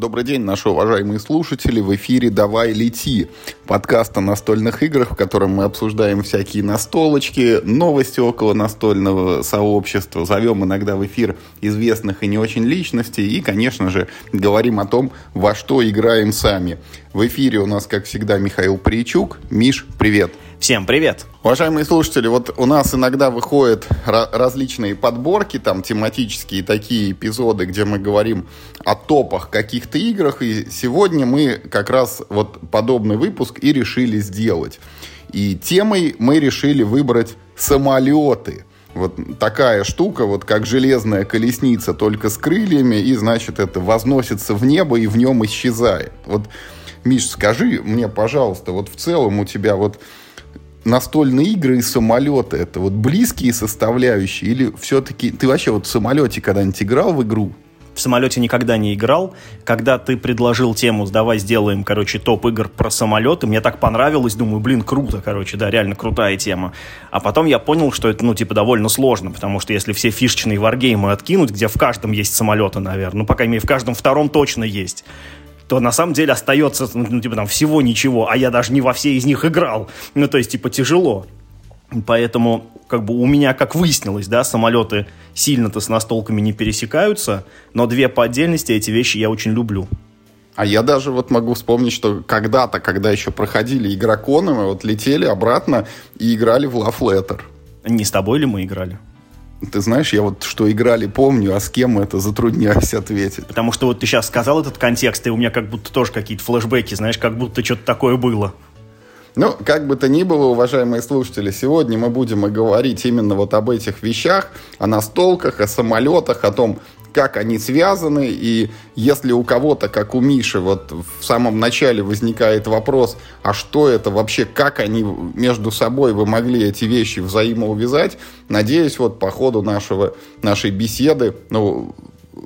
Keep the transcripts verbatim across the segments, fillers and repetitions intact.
Добрый день, наши уважаемые слушатели. В эфире «Давай лети», подкаст о настольных играх, в котором мы обсуждаем всякие настолочки, новости около настольного сообщества, зовем иногда в эфир известных и не очень личностей и, конечно же, говорим о том, во что играем сами. В эфире у нас, как всегда, Михаил Приичук. Миш, привет. Всем привет. Уважаемые слушатели, вот у нас иногда выходят ra- различные подборки, там тематические такие эпизоды, где мы говорим о топах каких-то играх, и сегодня мы как раз вот подобный выпуск и решили сделать. И темой мы решили выбрать самолеты. Вот такая штука, вот как железная колесница, только с крыльями, и, значит, это возносится в небо и в нем исчезает. Вот, Миш, скажи мне, пожалуйста, вот в целом у тебя вот настольные игры и самолеты — это вот близкие составляющие? Или все-таки ты вообще вот в самолете когда-нибудь играл в игру? В самолете никогда не играл. Когда ты предложил тему, давай сделаем, короче, топ игр про самолеты, мне так понравилось, думаю, блин, круто, короче, да, реально крутая тема. А потом я понял, что это, ну, типа, довольно сложно, потому что если все фишечные варгеймы откинуть, где в каждом есть самолеты, наверное, ну, по крайней мере, в каждом втором точно есть, то на самом деле остается, ну, типа, там, всего ничего, а я даже не во все из них играл. Ну, то есть, типа, тяжело. Поэтому, как бы, у меня, как выяснилось, да, самолеты сильно-то с настолками не пересекаются, но две по отдельности эти вещи я очень люблю. А я даже вот могу вспомнить, что когда-то, когда еще проходили игроконы, мы вот летели обратно и играли в Love Letter. Не с тобой ли мы играли? Ты знаешь, я вот что играли помню, а с кем это затрудняюсь ответить. Потому что вот ты сейчас сказал этот контекст, и у меня как будто тоже какие-то флешбеки, знаешь, как будто что-то такое было. Ну, как бы то ни было, уважаемые слушатели, сегодня мы будем и говорить именно вот об этих вещах, о настолках, о самолетах, о том, как они связаны, и если у кого-то, как у Миши, вот в самом начале возникает вопрос, а что это вообще, как они между собой вы могли эти вещи взаимоувязать, надеюсь, вот по ходу нашего, нашей беседы, ну,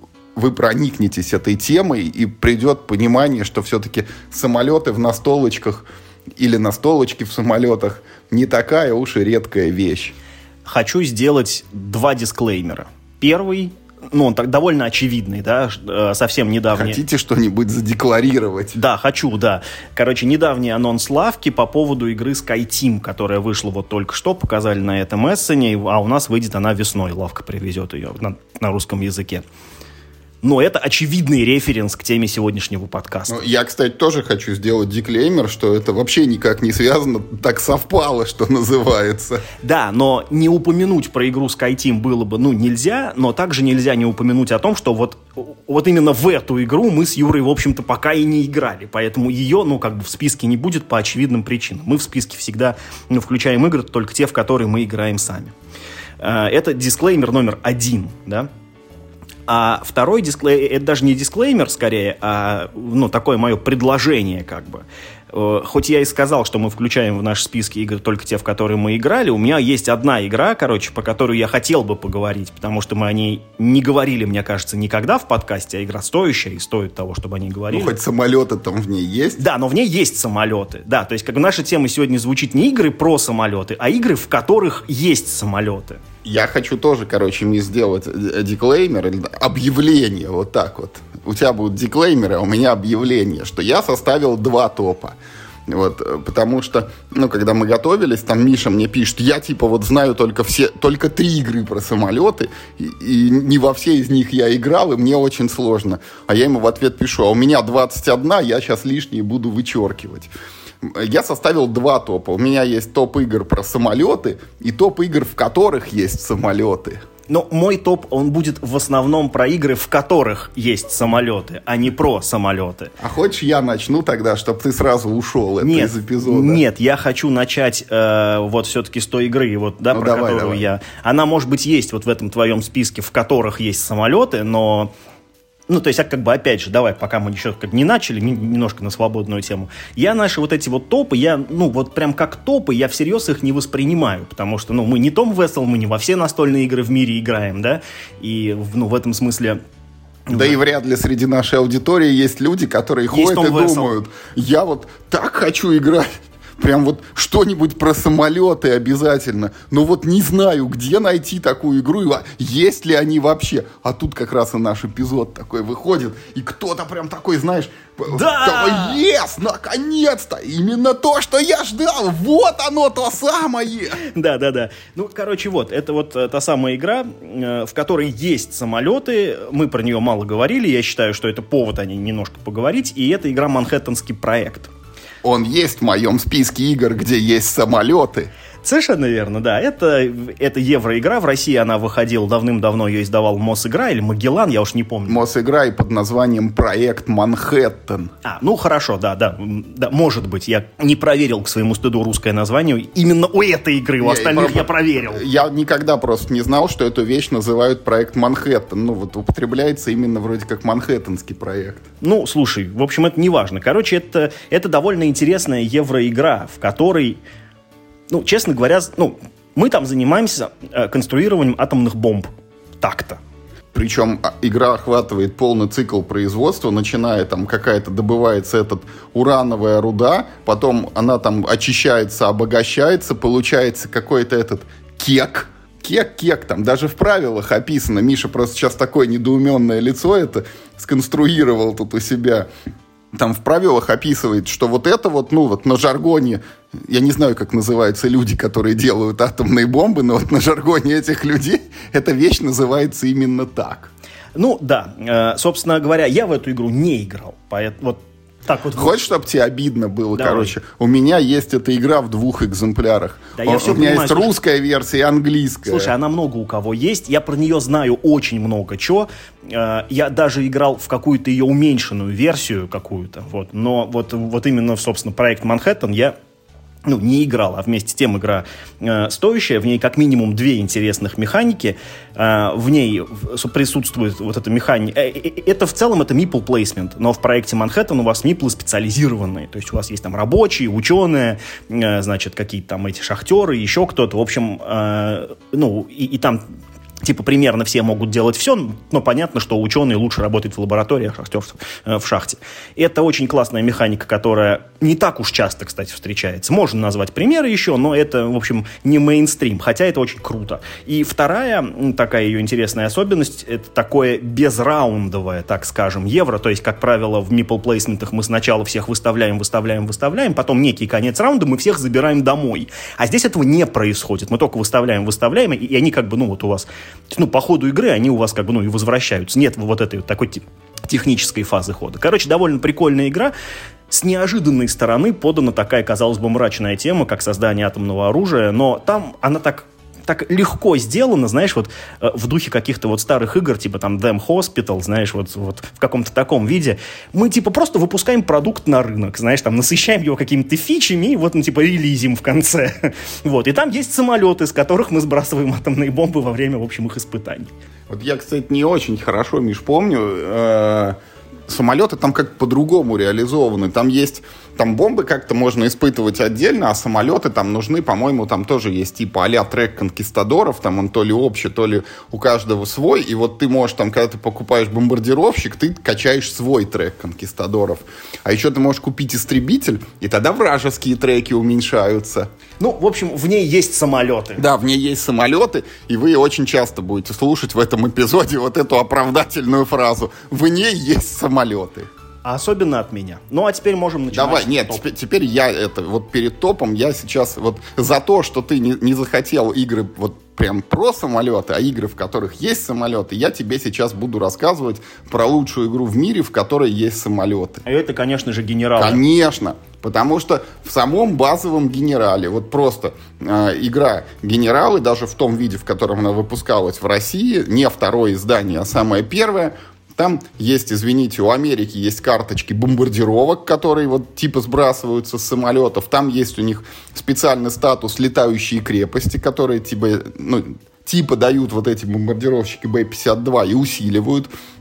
вы проникнетесь этой темой и придет понимание, что все-таки самолеты в настолочках или настолочки в самолетах не такая уж и редкая вещь. Хочу сделать два дисклеймера. Первый, ну, он так довольно очевидный, да, совсем недавний. Хотите что-нибудь задекларировать? Да, хочу, да. Короче, недавний анонс лавки по поводу игры SkyTeam, которая вышла вот только что, показали на этом эссене, а у нас выйдет она весной, лавка привезет ее на, на русском языке. Но это очевидный референс к теме сегодняшнего подкаста. Ну, я, кстати, тоже хочу сделать диклеймер, что это вообще никак не связано, так совпало, что называется. Да, но не упомянуть про игру SkyTeam было бы, ну, нельзя, но также нельзя не упомянуть о том, что вот, вот именно в эту игру мы с Юрой, в общем-то, пока и не играли, поэтому ее, ну, как бы в списке не будет по очевидным причинам. Мы в списке всегда, ну, включаем игры только те, в которые мы играем сами. Это дисклеймер номер один, да. А второй дисклеймер, это даже не дисклеймер скорее, а, ну, такое мое предложение, как бы. Хоть я и сказал, что мы включаем в наши списки игр только те, в которые мы играли, у меня есть одна игра, короче, по которой я хотел бы поговорить, потому что мы о ней не говорили, мне кажется, никогда в подкасте, а игра стоящая и стоит того, чтобы о ней говорили. Ну, хоть самолеты там в ней есть. Да, но в ней есть самолеты. Да, то есть как бы наша тема сегодня звучит не игры про самолеты, а игры, в которых есть самолеты. Я хочу тоже, короче, мне сделать диклеймер, объявление, вот так вот. У тебя будут диклеймеры, а у меня объявление, что я составил два топа. Вот, потому что, ну, когда мы готовились, там Миша мне пишет, я, типа, вот знаю только все, только три игры про самолеты, и, и не во все из них я играл, и мне очень сложно. А я ему в ответ пишу, а у меня двадцать одна, я сейчас лишние буду вычеркивать. Я составил два топа. У меня есть топ игр про самолеты и топ игр, в которых есть самолеты. Но мой топ, он будет в основном про игры, в которых есть самолеты, а не про самолеты. А хочешь, я начну тогда, чтобы ты сразу ушел нет, из эпизода? Нет, я хочу начать э, вот все-таки с той игры, вот, да, ну, про давай, которую давай. я... Она, может быть, есть вот в этом твоем списке, в которых есть самолеты, но... Ну, то есть, как бы, опять же, давай, пока мы еще как не начали, немножко на свободную тему. Я наши вот эти вот топы, я, ну, вот прям как топы, я всерьез их не воспринимаю, потому что, ну, мы не Том Вессел, мы не во все настольные игры в мире играем, да, и, ну, в этом смысле... Да и вряд ли среди нашей аудитории есть люди, которые есть ходят и Вессел. Думают, я вот так хочу играть прям вот что-нибудь про самолеты обязательно. Но вот не знаю, где найти такую игру, и есть ли они вообще. А тут как раз и наш эпизод такой выходит, и кто-то прям такой, знаешь, да! Ес, наконец-то! Именно то, что я ждал! Вот оно, то самое! Да-да-да. Ну, короче, вот, это вот та самая игра, в которой есть самолеты. Мы про нее мало говорили. Я считаю, что это повод о ней немножко поговорить. И это игра «Манхэттенский проект». Он есть в моем списке игр, где есть самолеты. Совершенно верно, да. Это, это евроигра. В России она выходила давным-давно, ее издавал Мосигра или Магеллан, я уж не помню. Мосигра и под названием «Проект Манхэттен». А, ну хорошо, да, да, да, может быть. Я не проверил к своему стыду русское название. Именно у этой игры, у я, остальных я, я проверил. Я никогда просто не знал, что эту вещь называют «Проект Манхэттен». Ну вот употребляется именно вроде как «Манхэттенский проект». Ну, слушай, в общем, это не важно. Короче, это, это довольно интересная евроигра, в которой... Ну, честно говоря, ну, мы там занимаемся э, конструированием атомных бомб. Так-то. Причем игра охватывает полный цикл производства, начиная там какая-то добывается этот урановая руда, потом она там очищается, обогащается, получается какой-то этот кек. Кек-кек, там даже в правилах описано. Миша просто сейчас такое недоуменное лицо это сконструировал тут у себя. Там в правилах описывает, что вот это вот, ну вот на жаргоне, я не знаю, как называются люди, которые делают атомные бомбы, но вот на жаргоне этих людей эта вещь называется именно так. Ну да, э, собственно говоря, я в эту игру не играл, поэтому вот так вот. Хочешь, чтобы тебе обидно было? Давай. Короче, у меня есть эта игра в двух экземплярах. Да, я у, все у меня понимаю, есть слушай, русская версия и английская. Слушай, она много у кого есть. Я про нее знаю очень много чего. Я даже играл в какую-то ее уменьшенную версию какую-то. Вот. Но вот, вот именно, собственно, проект Манхэттен я... Ну, не играл, а вместе с тем игра э, стоящая. В ней как минимум две интересных механики. Э, в ней присутствует вот эта механика. Э, э, это в целом это meeple placement. Но в проекте Манхэттен у вас миплы специализированные. То есть у вас есть там рабочие, ученые, э, значит, какие-то там эти шахтеры, еще кто-то. В общем, э, ну, и, и там... Типа, примерно все могут делать все, но понятно, что ученые лучше работают в лабораториях, шахтер в шахте. Это очень классная механика, которая не так уж часто, кстати, встречается. Можно назвать примеры еще, но это, в общем, не мейнстрим, хотя это очень круто. И вторая такая ее интересная особенность, это такое безраундовое, так скажем, евро. То есть, как правило, в мипл-плейсментах мы сначала всех выставляем, выставляем, выставляем, потом некий конец раунда мы всех забираем домой. А здесь этого не происходит. Мы только выставляем, выставляем, и они как бы, ну вот у вас... Ну, по ходу игры они у вас как бы, ну, и возвращаются. Нет вот этой вот такой технической фазы хода. Короче, довольно прикольная игра. С неожиданной стороны подана такая, казалось бы, мрачная тема, как создание атомного оружия, но там она так... так легко сделано, знаешь, вот в духе каких-то вот старых игр, типа там Damn Hospital, знаешь, вот, вот в каком-то таком виде. Мы типа просто выпускаем продукт на рынок, знаешь, там насыщаем его какими-то фичами и вот, ну, типа релизим в конце. Вот, и там есть самолеты, с которых мы сбрасываем атомные бомбы во время, в общем, их испытаний. Вот я, кстати, не очень хорошо, Миш, помню, самолеты там как по-другому реализованы. Там есть, там бомбы как-то можно испытывать отдельно, а самолеты там нужны, по-моему, там тоже есть типа а-ля трек конкистадоров, там он то ли общий, то ли у каждого свой, и вот ты можешь там, когда ты покупаешь бомбардировщик, ты качаешь свой трек конкистадоров. А еще ты можешь купить истребитель, и тогда вражеские треки уменьшаются. Ну, в общем, в ней есть самолеты. Да, в ней есть самолеты, и вы очень часто будете слушать в этом эпизоде вот эту оправдательную фразу. В ней есть самолеты. А особенно от меня. Ну, а теперь можем начинать. Давай, нет, теперь, теперь я это, вот перед топом я сейчас вот за то, что ты не, не захотел игры вот прям про самолеты, а игры, в которых есть самолеты, я тебе сейчас буду рассказывать про лучшую игру в мире, в которой есть самолеты. А это, конечно же, «Генералы». Конечно, потому что в самом базовом «Генерале», вот просто э, игра «Генералы», даже в том виде, в котором она выпускалась в России, не второе издание, а самое первое, там есть, извините, у Америки есть карточки бомбардировок, которые вот типа сбрасываются с самолетов. Там есть у них специальный статус «Летающие крепости», которые типа, ну, типа дают вот эти бомбардировщики Бэ пятьдесят два и усиливают.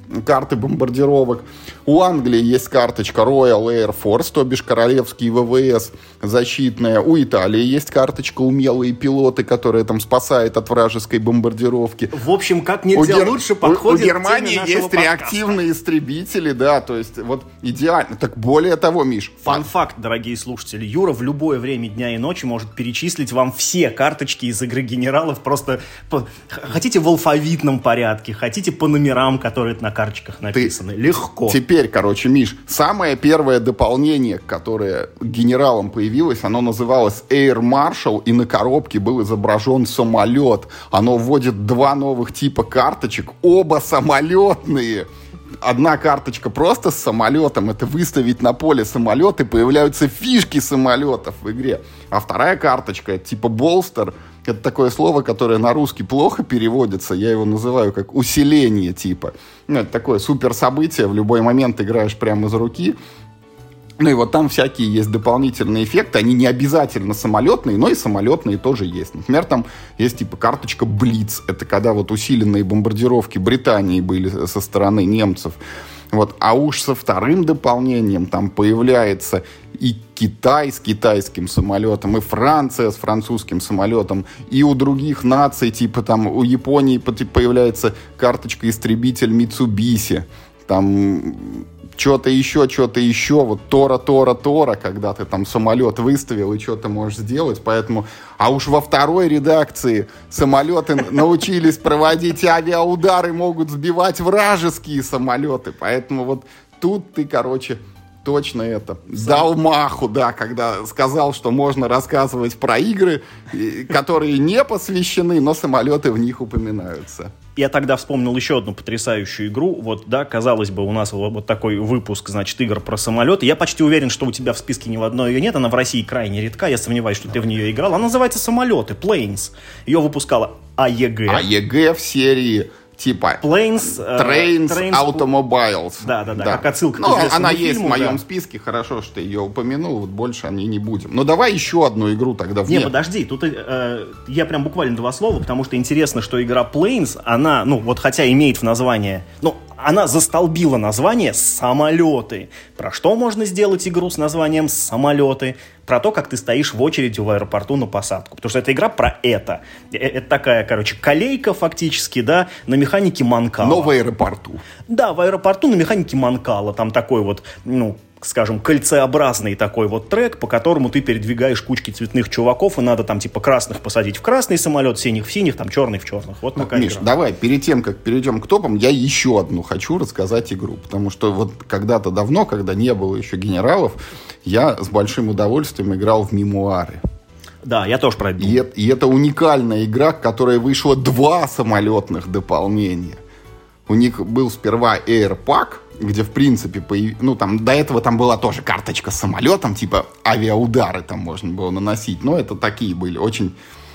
карты бомбардировок. У Англии есть карточка Royal Air Force, то бишь королевский ВВС защитная. У Италии есть карточка умелые пилоты, которая там спасает от вражеской бомбардировки. В общем, как нельзя у лучше подходит у, у Германии к теме есть подкаста. реактивные истребители, да, то есть вот идеально. Так более того, Миш... Фан-факт, дорогие слушатели. Юра в любое время дня и ночи может перечислить вам все карточки из игры генералов. Просто по... хотите в алфавитном порядке, хотите по номерам, которые на карточках написаны. Ты... Легко. Теперь, короче, Миш, самое первое дополнение, которое генералам появилось, оно называлось Air Marshal, и на коробке был изображен самолет. Оно вводит два новых типа карточек, оба самолетные. Одна карточка просто с самолетом, это выставить на поле самолет, и появляются фишки самолетов в игре. А вторая карточка, это типа болстер, это такое слово, которое на русский плохо переводится, я его называю как усиление типа. Ну, это такое супер событие, в любой момент играешь прямо из руки. Ну и вот там всякие есть дополнительные эффекты, они не обязательно самолетные, но и самолетные тоже есть. Например, там есть типа карточка Блиц, это когда вот усиленные бомбардировки Британии были со стороны немцев. Вот. А уж со вторым дополнением там появляется и Китай с китайским самолетом, и Франция с французским самолетом, и у других наций, типа там у Японии появляется карточка истребитель Митсубиси, там... что-то еще, что-то еще, вот Тора, Тора, Тора, когда ты там самолет выставил и что ты можешь сделать, поэтому... А уж во второй редакции самолеты научились проводить авиаудары, могут сбивать вражеские самолеты, поэтому вот тут ты, короче, точно это, дал маху, да, когда сказал, что можно рассказывать про игры, которые не посвящены, но самолеты в них упоминаются. Я тогда вспомнил еще одну потрясающую игру. Вот, да, казалось бы, у нас вот такой выпуск, значит, игр про самолеты. Я почти уверен, что у тебя в списке ни в одной ее нет. Она в России крайне редка. Я сомневаюсь, что ты в нее играл. Она называется «Самолеты», Planes. Ее выпускала АЕГ. АЕГ в серии... Типа Planes, Trains, Trains Automobiles. Да, да, да, да. Как отсылка к ну, известному она фильму, есть в моем да. списке, хорошо, что ты ее упомянул, вот больше о ней не будем. Но давай еще одну игру тогда в Не, подожди, тут э, я прям буквально два слова, потому что интересно, что игра Planes, она, ну, вот хотя имеет в названии, ну, она застолбила название «Самолеты». Про что можно сделать игру с названием «Самолеты»? Про то, как ты стоишь в очереди в аэропорту на посадку. Потому что эта игра про это. Это такая, короче, колейка фактически, да, на механике Манкала. Но в аэропорту. Да, в аэропорту на механике Манкала. Там такой вот, ну, скажем, кольцеобразный такой вот трек, по которому ты передвигаешь кучки цветных чуваков, и надо там типа красных посадить в красный самолет, синих в синих, там черный в черных. Вот такая Миш, игра. давай, перед тем, как перейдем к топам, я еще одну хочу рассказать игру. Потому что вот когда-то давно, когда не было еще генералов, я с большим удовольствием играл в мемуары. Да, я тоже про это думал. И, и это уникальная игра, к которой вышло два самолетных дополнения. У них был сперва Air Pack, где, в принципе, появ... ну, там, до этого там была тоже карточка с самолетом, типа авиаудары там можно было наносить, но это такие были очень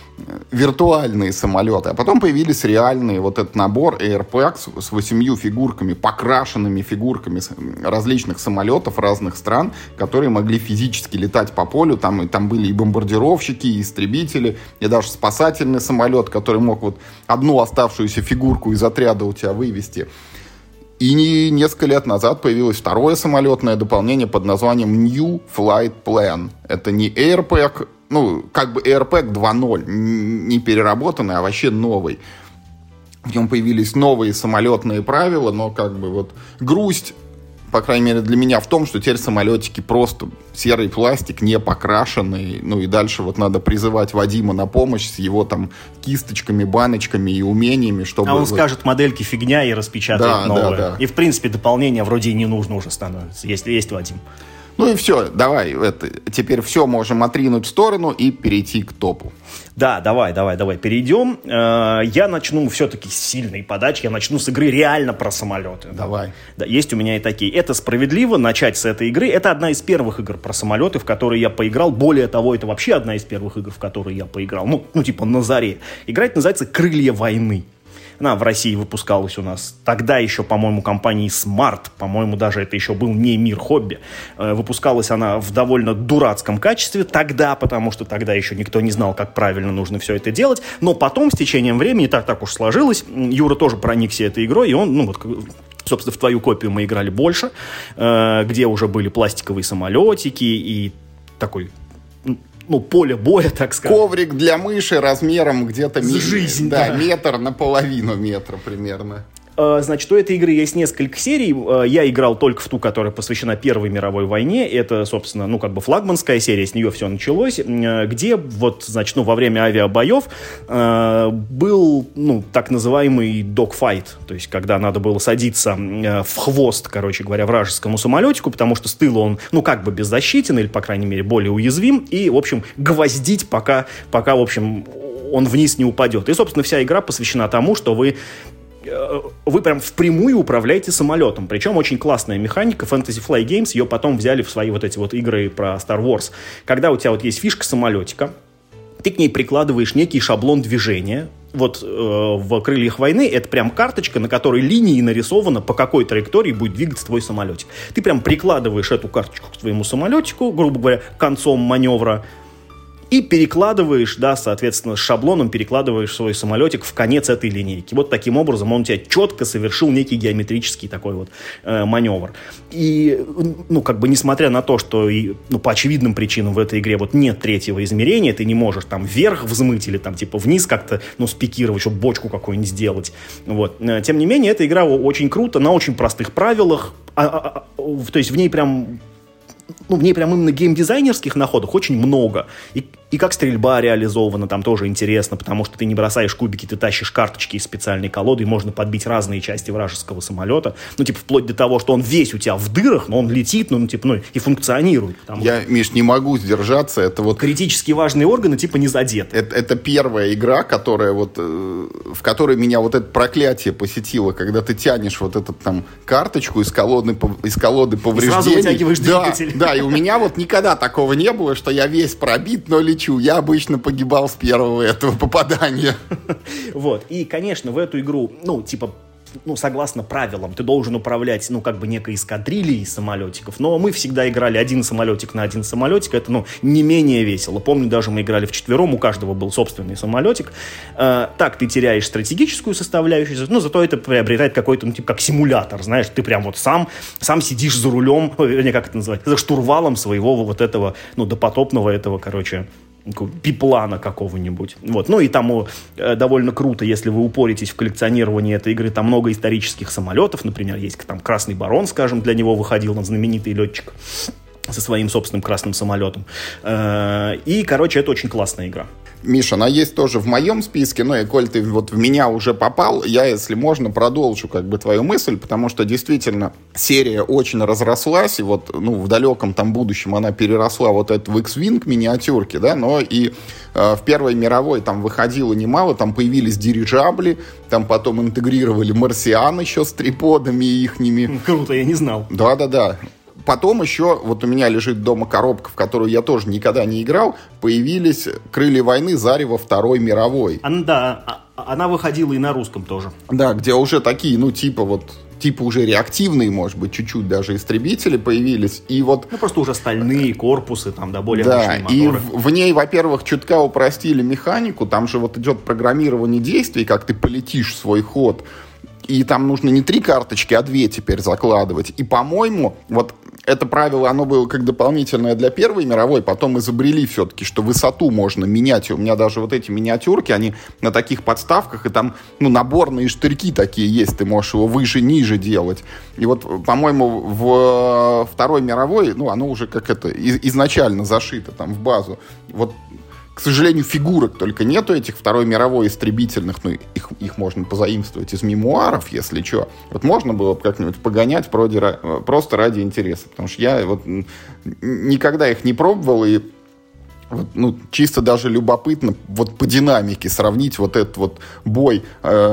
виртуальные самолеты. А потом появились реальные, вот этот набор Air Pack с, с восемью фигурками, покрашенными фигурками различных самолетов разных стран, которые могли физически летать по полю. Там, и, там были и бомбардировщики, и истребители, и даже спасательный самолет, который мог вот одну оставшуюся фигурку из отряда у тебя вывести. И несколько лет назад появилось второе самолетное дополнение под названием New Flight Plan. Это не Air Pack, ну, как бы Air Pack два ноль, не переработанный, а вообще новый. В нем появились новые самолетные правила, но как бы вот грусть, по крайней мере для меня, в том, что теперь самолетики просто серый пластик, не покрашенный. Ну и дальше вот надо призывать Вадима на помощь с его там кисточками, баночками и умениями, чтобы... А он вот... скажет, модельки фигня, и распечатает да, новые. Да, да. И в принципе дополнение вроде и не нужно уже становится, если есть Вадим. Ну и все, давай, это, теперь все можем отринуть в сторону и перейти к топу. Да, давай, давай, давай, перейдем. Я начну все-таки с сильной подачи, я начну с игры реально про самолеты. Давай. Да, есть у меня и такие. Это справедливо начать с этой игры. Это одна из первых игр про самолеты, в которые я поиграл. Более того, это вообще одна из первых игр, в которые я поиграл. Ну, ну типа на заре. Игра называется «Крылья войны». Она в России выпускалась у нас тогда еще, по-моему, компанией Smart. По-моему, даже это еще был не Мир Хобби. Выпускалась она в довольно дурацком качестве тогда, потому что тогда еще никто не знал, как правильно нужно все это делать. Но потом, с течением времени, так, так уж сложилось, Юра тоже проникся этой игрой, и он, ну вот, Собственно, в твою копию мы играли больше, э, где уже были пластиковые самолетики и такой, ну, поле боя, так сказать. Коврик для мыши размером где-то ми- жизнь, да, да. метр на половину метра примерно. Значит, у этой игры есть несколько серий. Я играл только в ту, которая посвящена Первой мировой войне. Это, собственно, ну, как бы флагманская серия, с нее все началось. Где вот, значит, ну, во время авиабоев э, был, ну, так называемый догфайт. То есть, когда надо было садиться в хвост, короче говоря, вражескому самолетику, потому что с тыла он, ну, как бы беззащитен, или, по крайней мере, более уязвим. И, в общем, гвоздить, пока, пока в общем, он вниз не упадет. И, собственно, вся игра посвящена тому, что вы вы прям впрямую управляете самолетом. Причем очень классная механика. Fantasy Flight Games ее потом взяли в свои вот эти вот игры про Star Wars. Когда у тебя вот есть фишка самолетика, ты к ней прикладываешь некий шаблон движения. Вот э, в «Крыльях войны» это прям карточка, на которой линией нарисовано, по какой траектории будет двигаться твой самолетик. Ты прям прикладываешь эту карточку к твоему самолетику, грубо говоря, концом маневра, и перекладываешь, да, соответственно, с шаблоном перекладываешь свой самолетик в конец этой линейки. Вот таким образом он у тебя четко совершил некий геометрический такой вот э, маневр. И, ну, как бы, несмотря на то, что, и, ну, по очевидным причинам в этой игре вот нет третьего измерения, ты не можешь там вверх взмыть или там, типа, вниз как-то, ну, спикировать, чтобы бочку какую-нибудь сделать. Вот. Тем не менее, эта игра очень круто, на очень простых правилах. А, а, а, то есть в ней прям... Ну, в ней прям именно геймдизайнерских находок очень много. И, и как стрельба реализована, там тоже интересно, потому что ты не бросаешь кубики, ты тащишь карточки из специальной колоды, и можно подбить разные части вражеского самолета. Ну, типа, вплоть до того, что он весь у тебя в дырах, но он летит, ну, типа, ну, и функционирует. Я, что... Миш, не могу сдержаться. Это вот... Критически важные органы, типа, не задеты. Это, это первая игра, которая вот, э, в которой меня вот это проклятие посетило, когда ты тянешь вот эту там карточку из колоды, из колоды повреждений. И сразу вытягиваешь двигатель. Да, да, и у меня вот никогда такого не было, что я весь пробит, но лечу. Я обычно погибал с первого этого попадания. Вот. И, конечно, в эту игру, ну, типа, ну, согласно правилам, ты должен управлять, ну, как бы некой эскадрильей самолетиков, но мы всегда играли один самолетик на один самолетик, это, ну, не менее весело. Помню, даже мы играли вчетвером, у каждого был собственный самолетик. Э, так ты теряешь стратегическую составляющую, но зато это приобретает какой-то, ну, типа, как симулятор, знаешь, ты прям вот сам, сам сидишь за рулем, вернее, как это называется, за штурвалом своего вот этого, ну, допотопного этого, короче, биплана какого-нибудь. Вот. Ну и там э, довольно круто, если вы упоритесь в коллекционировании этой игры. Там много исторических самолетов. Например, есть там Красный Барон, скажем, для него выходил, он знаменитый летчик со своим собственным красным самолетом. Э, и, короче, это очень классная игра. Миша, она есть тоже в моем списке, но и коль ты вот в меня уже попал, я, если можно, продолжу как бы твою мысль, потому что действительно серия очень разрослась, и вот, ну, в далеком там будущем она переросла вот это в X-Wing миниатюрки, да, но и э, в Первой мировой там выходило немало, там появились дирижабли, там потом интегрировали марсиан еще с триподами ихними. Круто, я не знал. Да-да-да. Потом еще, вот у меня лежит дома коробка, в которую я тоже никогда не играл, появились «Крылья войны. Зарево Второй мировой». Она, да, она выходила и на русском тоже. Да, где уже такие, ну, типа вот, типа уже реактивные, может быть, чуть-чуть даже истребители появились. И вот... Ну, просто уже стальные корпусы, там, да, более да, мощные моторы. И в, в ней, во-первых, чутка упростили механику, там же вот идет программирование действий, как ты полетишь свой ход. И там нужно не три карточки, а две теперь закладывать. И, по-моему, вот это правило, оно было как дополнительное для Первой мировой, потом изобрели все-таки, что высоту можно менять. И у меня даже вот эти миниатюрки, они на таких подставках, и там, ну, наборные штырьки такие есть, ты можешь его выше, ниже делать. И вот, по-моему, в Второй мировой, ну, оно уже как это, изначально зашито там в базу. Вот, к сожалению, фигурок только нету этих Второй мировой истребительных, ну, их, их можно позаимствовать из мемуаров, если что. Вот можно было бы как-нибудь погонять вроде, просто ради интереса, потому что я вот никогда их не пробовал, и вот, ну, чисто даже любопытно вот по динамике сравнить вот этот вот бой,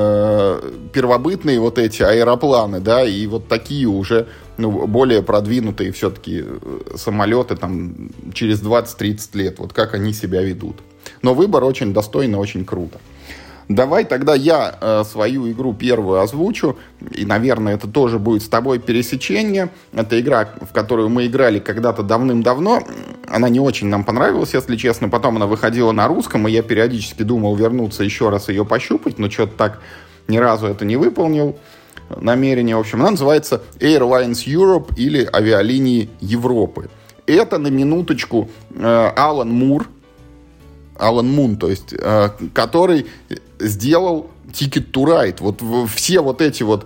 э, первобытные вот эти аэропланы, да, и вот такие уже, ну, более продвинутые все-таки самолеты там через двадцать-тридцать лет, вот как они себя ведут. Но выбор очень достойный, очень круто. Давай тогда я э, свою игру первую озвучу, и, наверное, это тоже будет с тобой пересечение. Это игра, в которую мы играли когда-то давным-давно. Она не очень нам понравилась, если честно. Потом она выходила на русском, и я периодически думал вернуться еще раз ее пощупать, но что-то так ни разу это не выполнил. намерение. В общем, она называется Airlines Europe или Авиалинии Европы. Это, на минуточку, Алан Мур, Алан Мун, то есть, который сделал Ticket to Ride. Вот все вот эти вот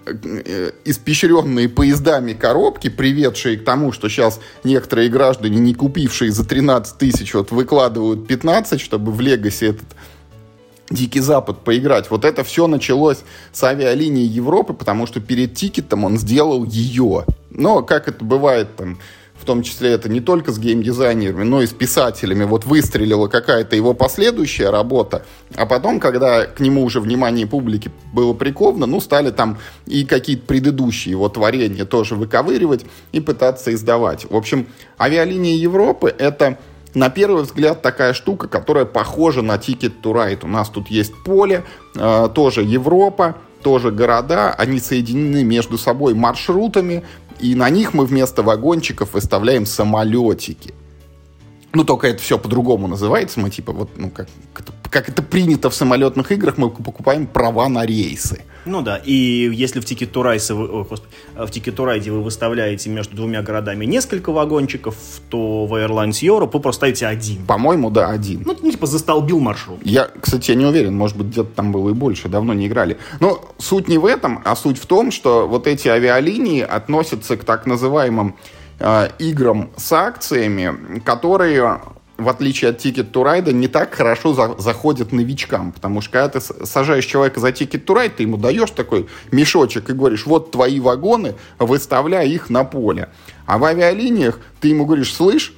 испещренные поездами коробки, приведшие к тому, что сейчас некоторые граждане, не купившие за тринадцать тысяч, вот выкладывают пятнадцать, чтобы в Легаси этот Дикий Запад поиграть. Вот это все началось с Авиалинии Европы, потому что перед Тикетом он сделал ее. Но, как это бывает там, в том числе это не только с геймдизайнерами, но и с писателями. Вот выстрелила какая-то его последующая работа, а потом, когда к нему уже внимание публики было приковано, ну, стали там и какие-то предыдущие его творения тоже выковыривать и пытаться издавать. В общем, Авиалиния Европы — это, на первый взгляд, такая штука, которая похожа на Ticket to Ride. У нас тут есть поле, э, тоже Европа, тоже города, они соединены между собой маршрутами, и на них мы вместо вагончиков выставляем самолетики. Ну, только это все по-другому называется. Мы типа, вот, ну, как, как это принято в самолетных играх, мы покупаем права на рейсы. Ну да, и если в Ticket to Ride вы, в Ticket to Ride вы выставляете между двумя городами несколько вагончиков, то в Airlines Europe вы просто ставите один. По-моему, да, один. Ну, типа застолбил маршрут. Я, кстати, я не уверен, может быть, где-то там было и больше, давно не играли. Но суть не в этом, а суть в том, что вот эти авиалинии относятся к так называемым э, играм с акциями, которые, в отличие от Ticket to Ride, не так хорошо за- заходят новичкам. Потому что когда ты сажаешь человека за Ticket to Ride, ты ему даешь такой мешочек и говоришь, вот твои вагоны, выставляй их на поле. А в авиалиниях ты ему говоришь, слышь,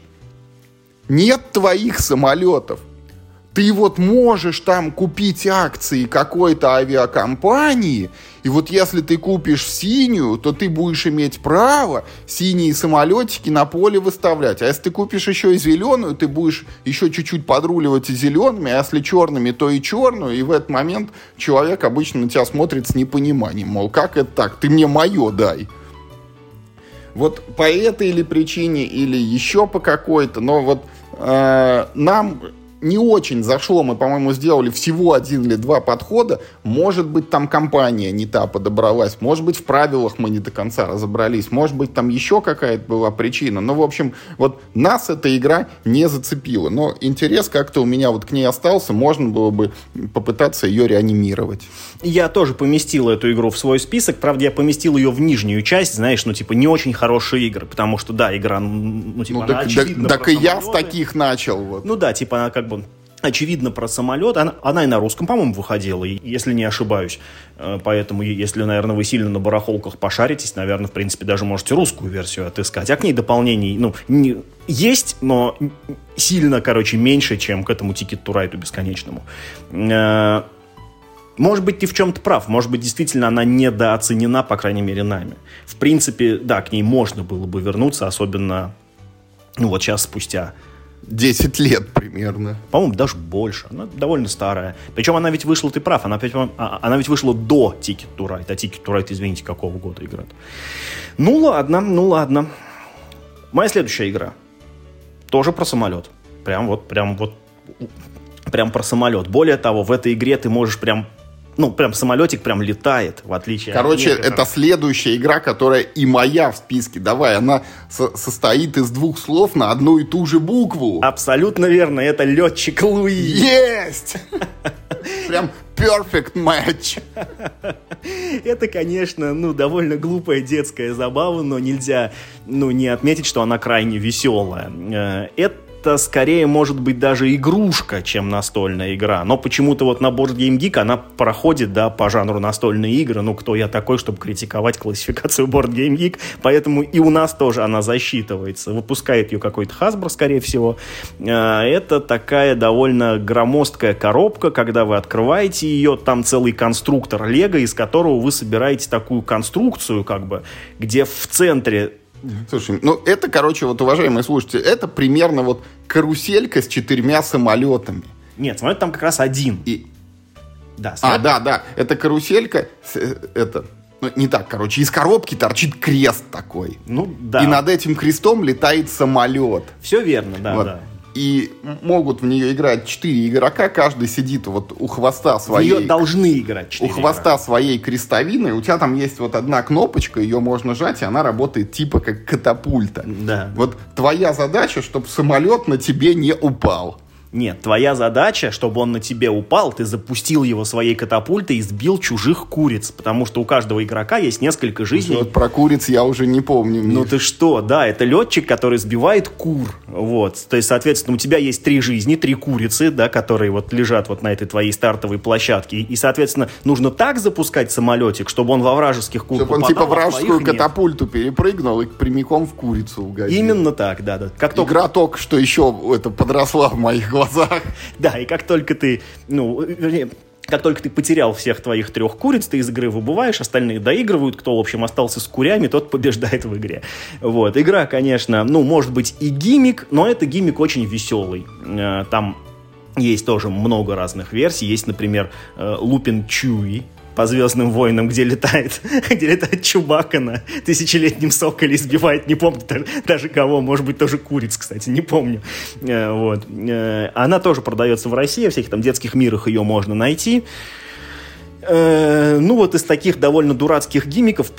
нет твоих самолетов. Ты вот можешь там купить акции какой-то авиакомпании, и вот если ты купишь синюю, то ты будешь иметь право синие самолетики на поле выставлять. А если ты купишь еще и зеленую, ты будешь еще чуть-чуть подруливать и зелеными, а если черными, то и черную. И в этот момент человек обычно на тебя смотрит с непониманием. Мол, как это так? Ты мне мое дай. Вот по этой или причине, или еще по какой-то, но вот э, нам не очень зашло, мы, по-моему, сделали всего один или два подхода. Может быть, там компания не та подобралась, может быть, в правилах мы не до конца разобрались, может быть, там еще какая-то была причина. Но, в общем, вот нас эта игра не зацепила. Но интерес как-то у меня вот к ней остался, можно было бы попытаться ее реанимировать. Я тоже поместил эту игру в свой список, правда, я поместил ее в нижнюю часть, знаешь, ну, типа, не очень хорошие игры, потому что, да, игра, ну, типа, ну, она так, очевидно так, так и я самолеты. с таких начал. Вот. Ну да, типа, она как бы очевидно про самолет. Она, она и на русском, по-моему, выходила, если не ошибаюсь. Поэтому, если, наверное, вы сильно на барахолках пошаритесь, наверное, в принципе, даже можете русскую версию отыскать. А к ней дополнений, ну, не, есть, но сильно, короче, меньше, чем к этому Ticket to Ride бесконечному. Может быть, ты в чем-то прав. Может быть, действительно, она недооценена, по крайней мере, нами. В принципе, да, к ней можно было бы вернуться, особенно, ну, вот сейчас спустя десять лет примерно. По-моему, даже больше. Она довольно старая. Причем она ведь вышла, ты прав, она, она ведь вышла до Ticket to Ride. А Ticket to Ride, извините, какого года игра? Ну ладно, ну ладно. Моя следующая игра. Тоже про самолет. Прям вот, прям вот, прям про самолет. Более того, в этой игре ты можешь прям, ну, прям самолетик прям летает, в отличие Короче, от... Короче, это следующая игра, которая и моя в списке. Давай, она со- состоит из двух слов на одну и ту же букву. Абсолютно верно, это летчик Луи. Есть! Прям perfect match. Это, конечно, ну, довольно глупая детская забава, но нельзя, ну, не отметить, что она крайне веселая. Это Это скорее может быть даже игрушка, чем настольная игра. Но почему-то вот на Board Game Geek она проходит, да, по жанру настольные игры. Ну, кто я такой, чтобы критиковать классификацию Board Game Geek? Поэтому и у нас тоже она засчитывается. Выпускает ее какой-то Hasbro, скорее всего. Это такая довольно громоздкая коробка. Когда вы открываете ее, там целый конструктор Лего, из которого вы собираете такую конструкцию, как бы, где в центре... Слушай, ну это, короче, вот, уважаемые слушатели, это примерно вот каруселька с четырьмя самолетами. Нет, самолет там как раз один. И... Да, а, да, да, это каруселька, с, это, ну не так, короче, из коробки торчит крест такой. Ну, да. И над этим крестом летает самолет. Все верно, да, вот. да. и могут в нее играть четыре игрока, каждый сидит вот у хвоста своей... В нее должны играть четыре У хвоста игрока. своей крестовины, у тебя там есть вот одна кнопочка, ее можно жать, и она работает типа как катапульта. Да. Вот твоя задача, чтобы самолет на тебе не упал. Нет, твоя задача, чтобы он на тебе упал, ты запустил его своей катапультой и сбил чужих куриц, потому что у каждого игрока есть несколько жизней. Вот про куриц я уже не помню. Ну ты что, да, это летчик, который сбивает кур, вот, то есть, соответственно, у тебя есть три жизни, три курицы, да, которые вот лежат вот на этой твоей стартовой площадке, и, соответственно, нужно так запускать самолетик, чтобы он во вражеских кур чтобы попадал, он типа а вражескую твоих нет. катапульту перепрыгнул и прямиком в курицу угодил. Именно так, да, да. Как только... Игра только что еще это подросла в моих глазах. Да, и как только ты, ну, вернее, как только ты потерял всех твоих трех куриц, ты из игры выбываешь, остальные доигрывают, кто, в общем, остался с курями, тот побеждает в игре. Вот, игра, конечно, ну, может быть и гиммик, но это гиммик очень веселый. Там есть тоже много разных версий, есть, например, Лупин Чуи по «Звездным войнам», где летает, где летает Чубакка на тысячелетнем соколе, избивает, не помню даже, даже кого, может быть, тоже куриц, кстати, не помню. Вот. Она тоже продается в России, в всяких там детских мирах ее можно найти. Ну, вот из таких довольно дурацких гиммиков,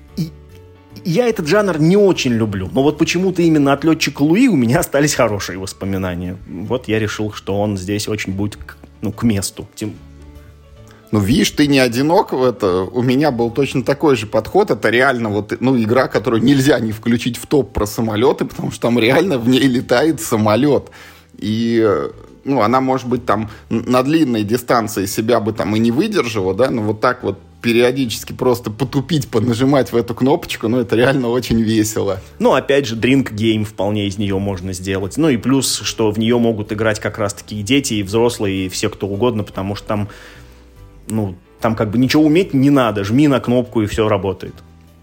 я этот жанр не очень люблю, но вот почему-то именно от «Летчика Луи» у меня остались хорошие воспоминания. Вот я решил, что он здесь очень будет, ну, к месту. Тем Ну, видишь, ты не одинок в это. У меня был точно такой же подход. Это реально вот, ну, игра, которую нельзя не включить в топ про самолеты, потому что там реально в ней летает самолет. И, ну, она, может быть, там на длинной дистанции себя бы там и не выдержала, да, но вот так вот периодически просто потупить, понажимать в эту кнопочку, ну, это реально очень весело. Ну, опять же, Drink Game вполне из нее можно сделать. Ну, и плюс, что в нее могут играть как раз-таки и дети, и взрослые, и все кто угодно, потому что там ну, там как бы ничего уметь не надо, жми на кнопку и все работает.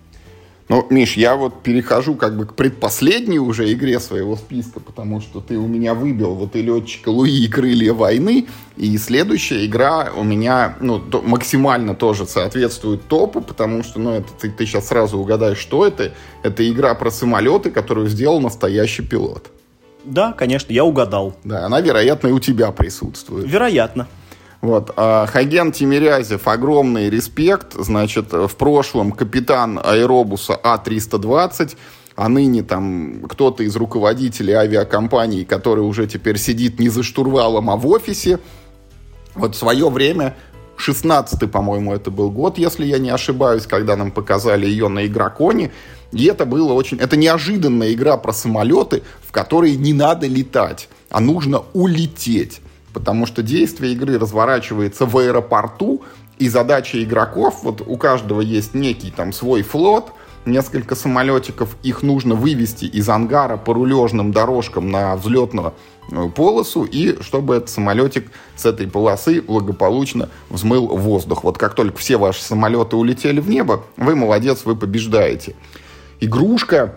Ну, Миш, я вот перехожу как бы к предпоследней уже игре своего списка, потому что ты у меня выбил вот и «Летчика Луи», и «Крылья войны», и следующая игра у меня, ну, то, максимально тоже соответствует топу, потому что, ну, это ты, ты сейчас сразу угадаешь, что это. Это игра про самолеты, которую сделал настоящий пилот. Да, конечно, я угадал. Да, она, вероятно, и у тебя присутствует. Вероятно. Вот. А Хаген Тимирязев, огромный респект. Значит, в прошлом капитан аэробуса А триста двадцать, а ныне там кто-то из руководителей авиакомпании, который уже теперь сидит не за штурвалом, а в офисе. Вот в свое время, шестнадцатый, по-моему, это был год, если я не ошибаюсь, когда нам показали ее на Игроконе. И это было очень... Это неожиданная игра про самолеты, в которой не надо летать, а нужно улететь. Потому что действие игры разворачивается в аэропорту, и задача игроков, вот у каждого есть некий там свой флот, несколько самолетиков, их нужно вывести из ангара по рулежным дорожкам на взлетную полосу, и чтобы этот самолетик с этой полосы благополучно взмыл в воздух. Вот как только все ваши самолеты улетели в небо, вы молодец, вы побеждаете. Игрушка,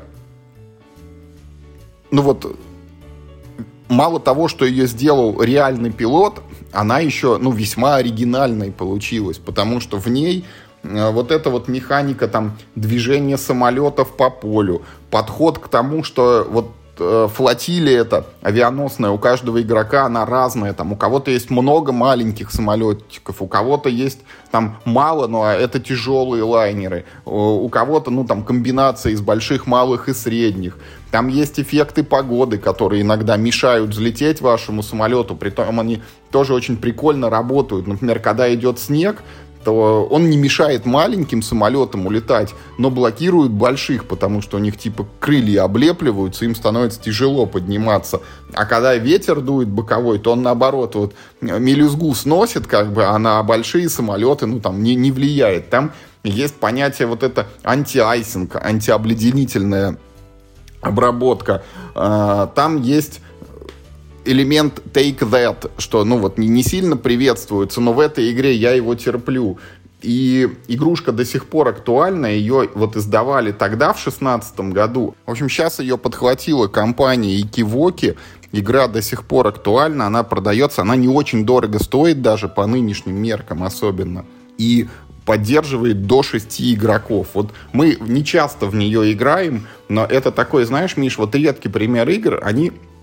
ну вот... Мало того, что ее сделал реальный пилот, она еще, ну, весьма оригинальной получилась, потому что в ней э, вот эта вот механика там движения самолетов по полю, подход к тому, что вот э, флотилия эта авианосная, у каждого игрока она разная, там у кого-то есть много маленьких самолетиков, у кого-то есть там мало, но это тяжелые лайнеры, у кого-то, ну, там комбинация из больших, малых и средних. Там есть эффекты погоды, которые иногда мешают взлететь вашему самолету, притом они тоже очень прикольно работают. Например, когда идет снег, то он не мешает маленьким самолетам улетать, но блокирует больших, потому что у них типа крылья облепливаются, им становится тяжело подниматься. А когда ветер дует боковой, то он наоборот вот мелюзгу сносит, как бы, а на большие самолеты, ну, там не, не влияет. Там есть понятие вот это антиайсинг, антиобледенительное обработка. Там есть элемент take that, что, ну, вот не сильно приветствуется, но в этой игре я его терплю. И игрушка до сих пор актуальна, ее вот издавали тогда, в шестнадцатом году. В общем, сейчас ее подхватила компания Икивоки. Игра до сих пор актуальна, она продается, она не очень дорого стоит, даже по нынешним меркам особенно. И поддерживает до шести игроков. Вот мы не часто в нее играем, но это такой, знаешь, Миш, вот редкий пример игр, они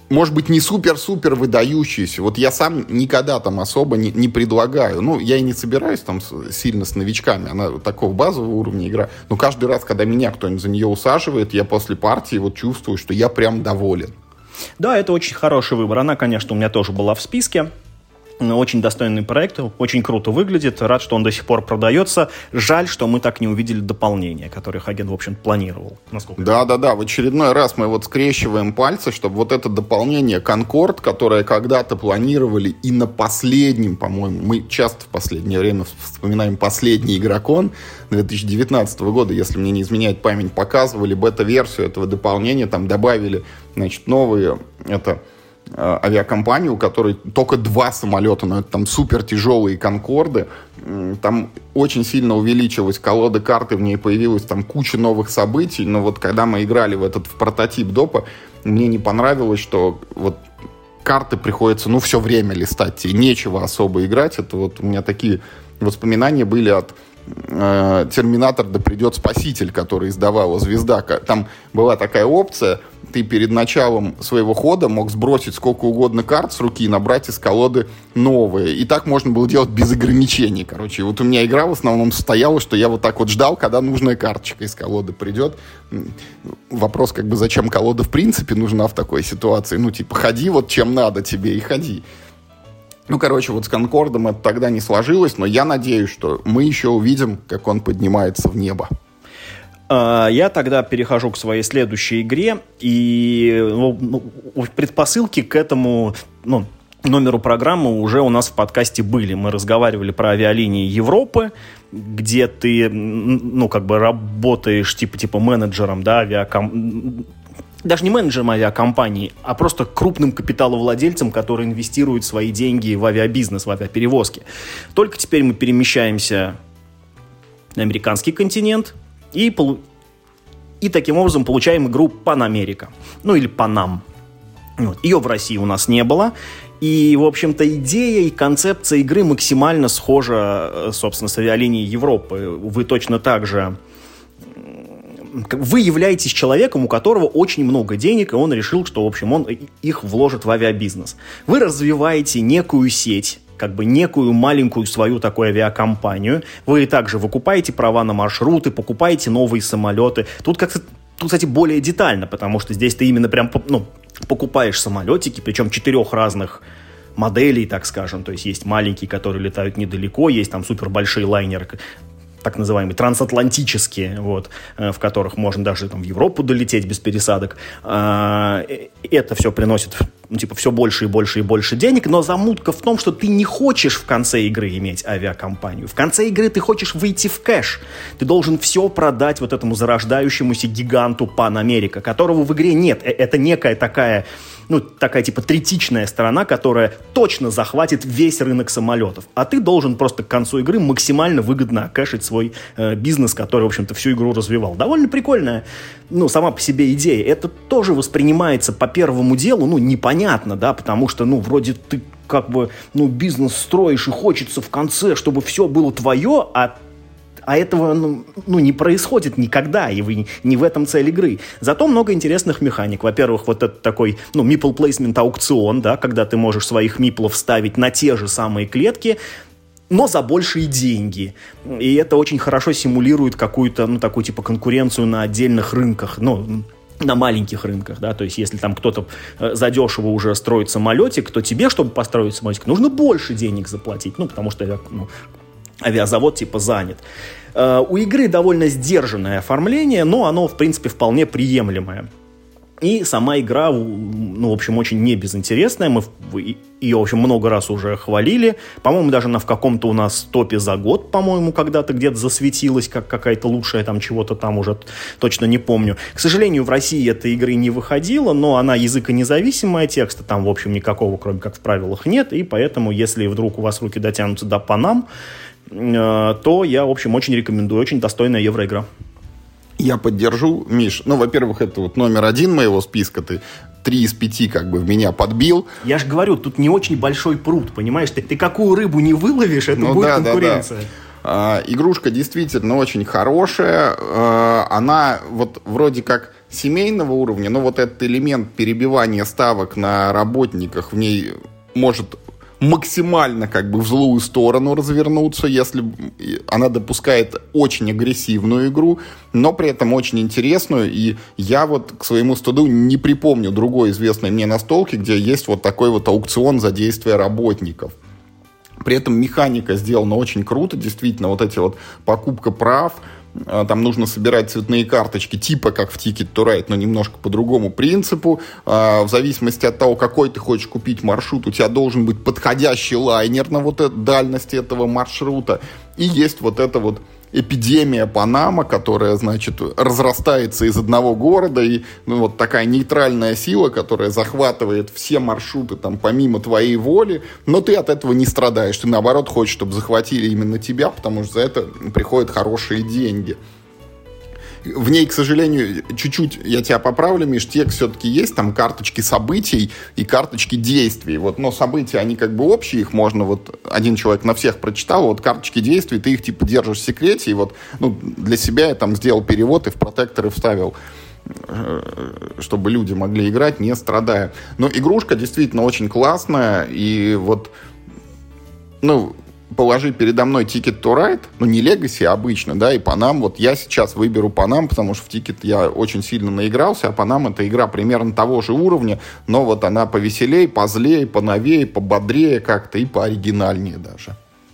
может быть, не супер-супер выдающаяся. Вот я сам никогда там особо не, не предлагаю. Ну, я и не собираюсь там сильно с новичками. Она такого базового уровня игра. Но каждый раз, когда меня кто-нибудь за нее усаживает, я после партии вот чувствую, что я прям доволен. Да, это очень хороший выбор. Она, конечно, у меня тоже была в списке. Очень достойный проект, очень круто выглядит. Рад, что он до сих пор продается. Жаль, что мы так не увидели дополнение, которое Хаген, в общем, планировал. Да-да-да, в очередной раз мы вот скрещиваем пальцы, чтобы вот это дополнение Конкорд, которое когда-то планировали и на последнем, по-моему, мы часто в последнее время вспоминаем последний Игрокон две тысячи девятнадцатого года, если мне не изменяет память, показывали бета-версию этого дополнения, там добавили, значит, новые, это... авиакомпанию, у которой только два самолета, но это там супер тяжелые Конкорды. Там очень сильно увеличилась колода карт, и в ней появилась там куча новых событий. Но вот когда мы играли в этот в прототип допа, мне не понравилось, что вот карты приходится, ну, все время листать, тебе нечего особо играть. Это вот у меня такие воспоминания были от э, «Терминатор, да придет спаситель», который издавала «Звезда». Там была такая опция, ты перед началом своего хода мог сбросить сколько угодно карт с руки и набрать из колоды новые. И так можно было делать без ограничений. Короче, вот у меня игра в основном состояла, что я вот так вот ждал, когда нужная карточка из колоды придет. Вопрос, как бы, зачем колода в принципе нужна в такой ситуации? Ну, типа, ходи вот чем надо тебе и ходи. Ну, короче, вот с Конкордом это тогда не сложилось, но я надеюсь, что мы еще увидим, как он поднимается в небо. Я тогда перехожу к своей следующей игре, и ну, предпосылки к этому ну, номеру программы уже у нас в подкасте были. Мы разговаривали про авиалинии Европы, где ты ну, как бы работаешь типа, типа менеджером, да, авиаком... даже не менеджером авиакомпании, а просто крупным капиталовладельцем, который инвестирует свои деньги в авиабизнес, в авиаперевозки. Только теперь мы перемещаемся на американский континент, И, и таким образом получаем игру Pan America. Ну, или Panam. Вот. Ее в России у нас не было. И, в общем-то, идея и концепция игры максимально схожа, собственно, с авиалинией Европы. Вы точно так же... Вы являетесь человеком, у которого очень много денег, и он решил, что, в общем, он их вложит в авиабизнес. Вы развиваете некую сеть, как бы некую маленькую свою такую авиакомпанию. Вы также выкупаете права на маршруты, покупаете новые самолеты. Тут как-то, тут, кстати, более детально, потому что здесь ты именно прям ну, покупаешь самолетики, причем четырех разных моделей, так скажем. То есть есть маленькие, которые летают недалеко, есть там супербольшие лайнеры, так называемые трансатлантические, вот, в которых можно даже там, в Европу долететь без пересадок. Это все приносит ну, типа, все больше и больше и больше денег, но замутка в том, что ты не хочешь в конце игры иметь авиакомпанию. В конце игры ты хочешь выйти в кэш. Ты должен все продать вот этому зарождающемуся гиганту Pan America, которого в игре нет. Это некая такая... ну, такая типа третичная сторона, которая точно захватит весь рынок самолетов. А ты должен просто к концу игры максимально выгодно кэшить свой э, бизнес, который, в общем-то, всю игру развивал. Довольно прикольная, ну, сама по себе идея. Это тоже воспринимается по первому делу, ну, непонятно, да, потому что, ну, вроде ты как бы, ну, бизнес строишь и хочется в конце, чтобы все было твое, а А этого ну, ну, не происходит никогда, и вы, не в этом цель игры. Зато много интересных механик. Во-первых, вот это такой, ну, meeple placement аукцион, да, когда ты можешь своих миплов ставить на те же самые клетки, но за большие деньги. И это очень хорошо симулирует какую-то, ну, такую, типа, конкуренцию на отдельных рынках, ну, на маленьких рынках, да, то есть если там кто-то э, задешево уже строит самолетик, то тебе, чтобы построить самолетик, нужно больше денег заплатить, ну, потому что, ну, авиазавод типа занят. Uh, у игры довольно сдержанное оформление, но оно, в принципе, вполне приемлемое. И сама игра, ну, в общем, очень не безинтересная. Мы ее, в общем, много раз уже хвалили. По-моему, даже на в каком-то у нас топе за год, по-моему, когда-то где-то засветилась, как какая-то лучшая там чего-то там уже точно не помню. К сожалению, в России этой игры не выходила, но она языконезависимая, текста там, в общем, никакого, кроме как в правилах, нет. И поэтому, если вдруг у вас руки дотянутся до Panam, то я, в общем, очень рекомендую. Очень достойная евроигра. Я поддержу, Миш. Ну, во-первых, это вот номер один моего списка. Ты три из пяти как бы в меня подбил. Я же говорю, тут не очень большой пруд, понимаешь? Ты, ты какую рыбу не выловишь, это ну, будет да, конкуренция. Да, да. А, игрушка действительно очень хорошая. А, она вот вроде как семейного уровня, но вот этот элемент перебивания ставок на работниках в ней может максимально как бы в злую сторону развернуться, если она допускает очень агрессивную игру, но при этом очень интересную. И я вот к своему стыду не припомню другой известной мне настолки, где есть вот такой вот аукцион за действия работников. При этом механика сделана очень круто, действительно, вот эти вот покупка прав, там нужно собирать цветные карточки, типа как в Ticket to Ride, но немножко по другому принципу. В зависимости от того, какой ты хочешь купить маршрут, у тебя должен быть подходящий лайнер на вот эту дальность этого маршрута. И есть вот эта вот эпидемия Панама, которая, значит, разрастается из одного города, и ну, вот такая нейтральная сила, которая захватывает все маршруты там помимо твоей воли, но ты от этого не страдаешь. Ты, наоборот, хочешь, чтобы захватили именно тебя, потому что за это приходят хорошие деньги. В ней, к сожалению, чуть-чуть, я тебя поправлю, Миш, текст все-таки есть, там карточки событий и карточки действий. Вот, но события, они как бы общие, их можно вот, один человек на всех прочитал, вот карточки действий, ты их типа держишь в секрете, и вот ну, для себя я там сделал перевод и в протекторы вставил, чтобы люди могли играть, не страдая. Но игрушка действительно очень классная, и вот, ну, положи передо мной Ticket to Ride, ну не Legacy, а обычно, да, и Panam, вот я сейчас выберу Panam, потому что в Ticket я очень сильно наигрался, а Panam это игра примерно того же уровня, но вот она повеселее, позлее, поновее, пободрее как-то и пооригинальнее даже.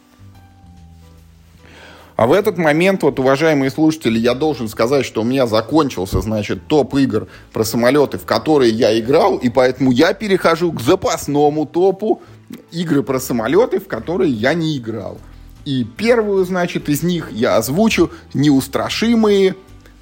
А в этот момент, вот, уважаемые слушатели, я должен сказать, что у меня закончился, значит, топ игр про самолеты, в которые я играл, и поэтому я перехожу к запасному топу игры про самолеты, в которые я не играл. И первую, значит, из них я озвучу неустрашимые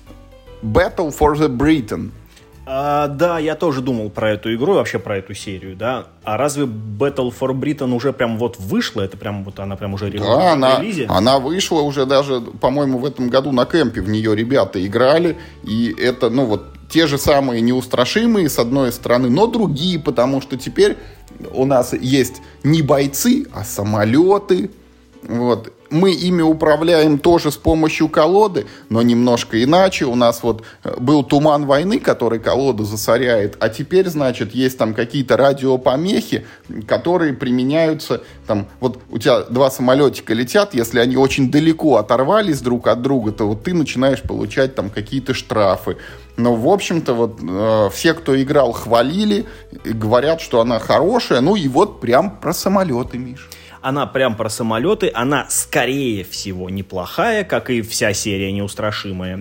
Battle for the Britain. А, да, я тоже думал про эту игру, вообще про эту серию, да. А разве Battle for Britain уже прям вот вышла? Это прям вот она прям уже релиз? Да, она, она вышла уже даже, по-моему, в этом году на кемпе в нее ребята играли. И это, ну вот, те же самые неустрашимые, с одной стороны, но другие, потому что теперь у нас есть не бойцы, а самолеты. Вот. Мы ими управляем тоже с помощью колоды, но немножко иначе. У нас вот был туман войны, который колоду засоряет, а теперь, значит, есть там какие-то радиопомехи, которые применяются, там, вот у тебя два самолетика летят, если они очень далеко оторвались друг от друга, то вот ты начинаешь получать там какие-то штрафы. Но, в общем-то, вот э, все, кто играл, хвалили, говорят, что она хорошая, ну и вот прям про самолеты, Миш. Она прям про самолеты, она, скорее всего, неплохая, как и вся серия неустрашимая.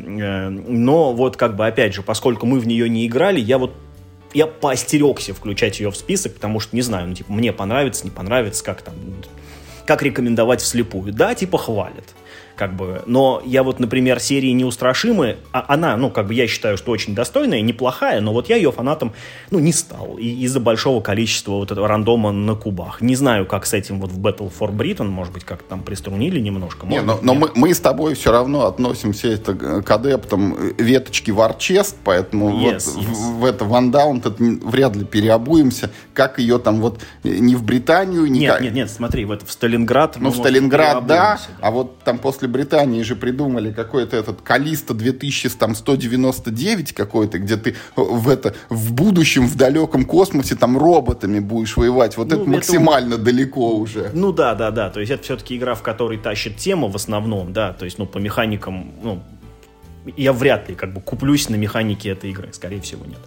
Но вот как бы, опять же, поскольку мы в нее не играли, я вот я поостерегся включать ее в список, потому что, не знаю, ну, типа, мне понравится, не понравится, как там, как рекомендовать вслепую. Да, типа, хвалят. Как бы, но я вот, например, серии «Неустрашимые», а она, ну, как бы я считаю, что очень достойная, неплохая, но вот я ее фанатом, ну, не стал. И из-за большого количества вот этого рандома на кубах. Не знаю, как с этим вот в Battle for Britain, может быть, как-то там приструнили немножко. Не, но, но мы, мы с тобой все равно относимся это к адептам веточки War Chest, поэтому yes, вот yes. В, в это One Down вряд ли переобуемся. Как ее там вот не в Британию... Не нет, как... нет, нет, смотри, в, это, в Сталинград... Ну, в Сталинград, да, да, а вот там после Британии же придумали какой-то этот Калиста две тысячи сто девяносто девять какой-то, где ты в, это, в будущем, в далеком космосе там роботами будешь воевать. Вот ну, это максимально это... далеко уже. Ну да, да, да. То есть это все-таки игра, в которой тащит тема в основном, да. То есть, ну, по механикам, ну, я вряд ли как бы куплюсь на механике этой игры. Скорее всего, нет.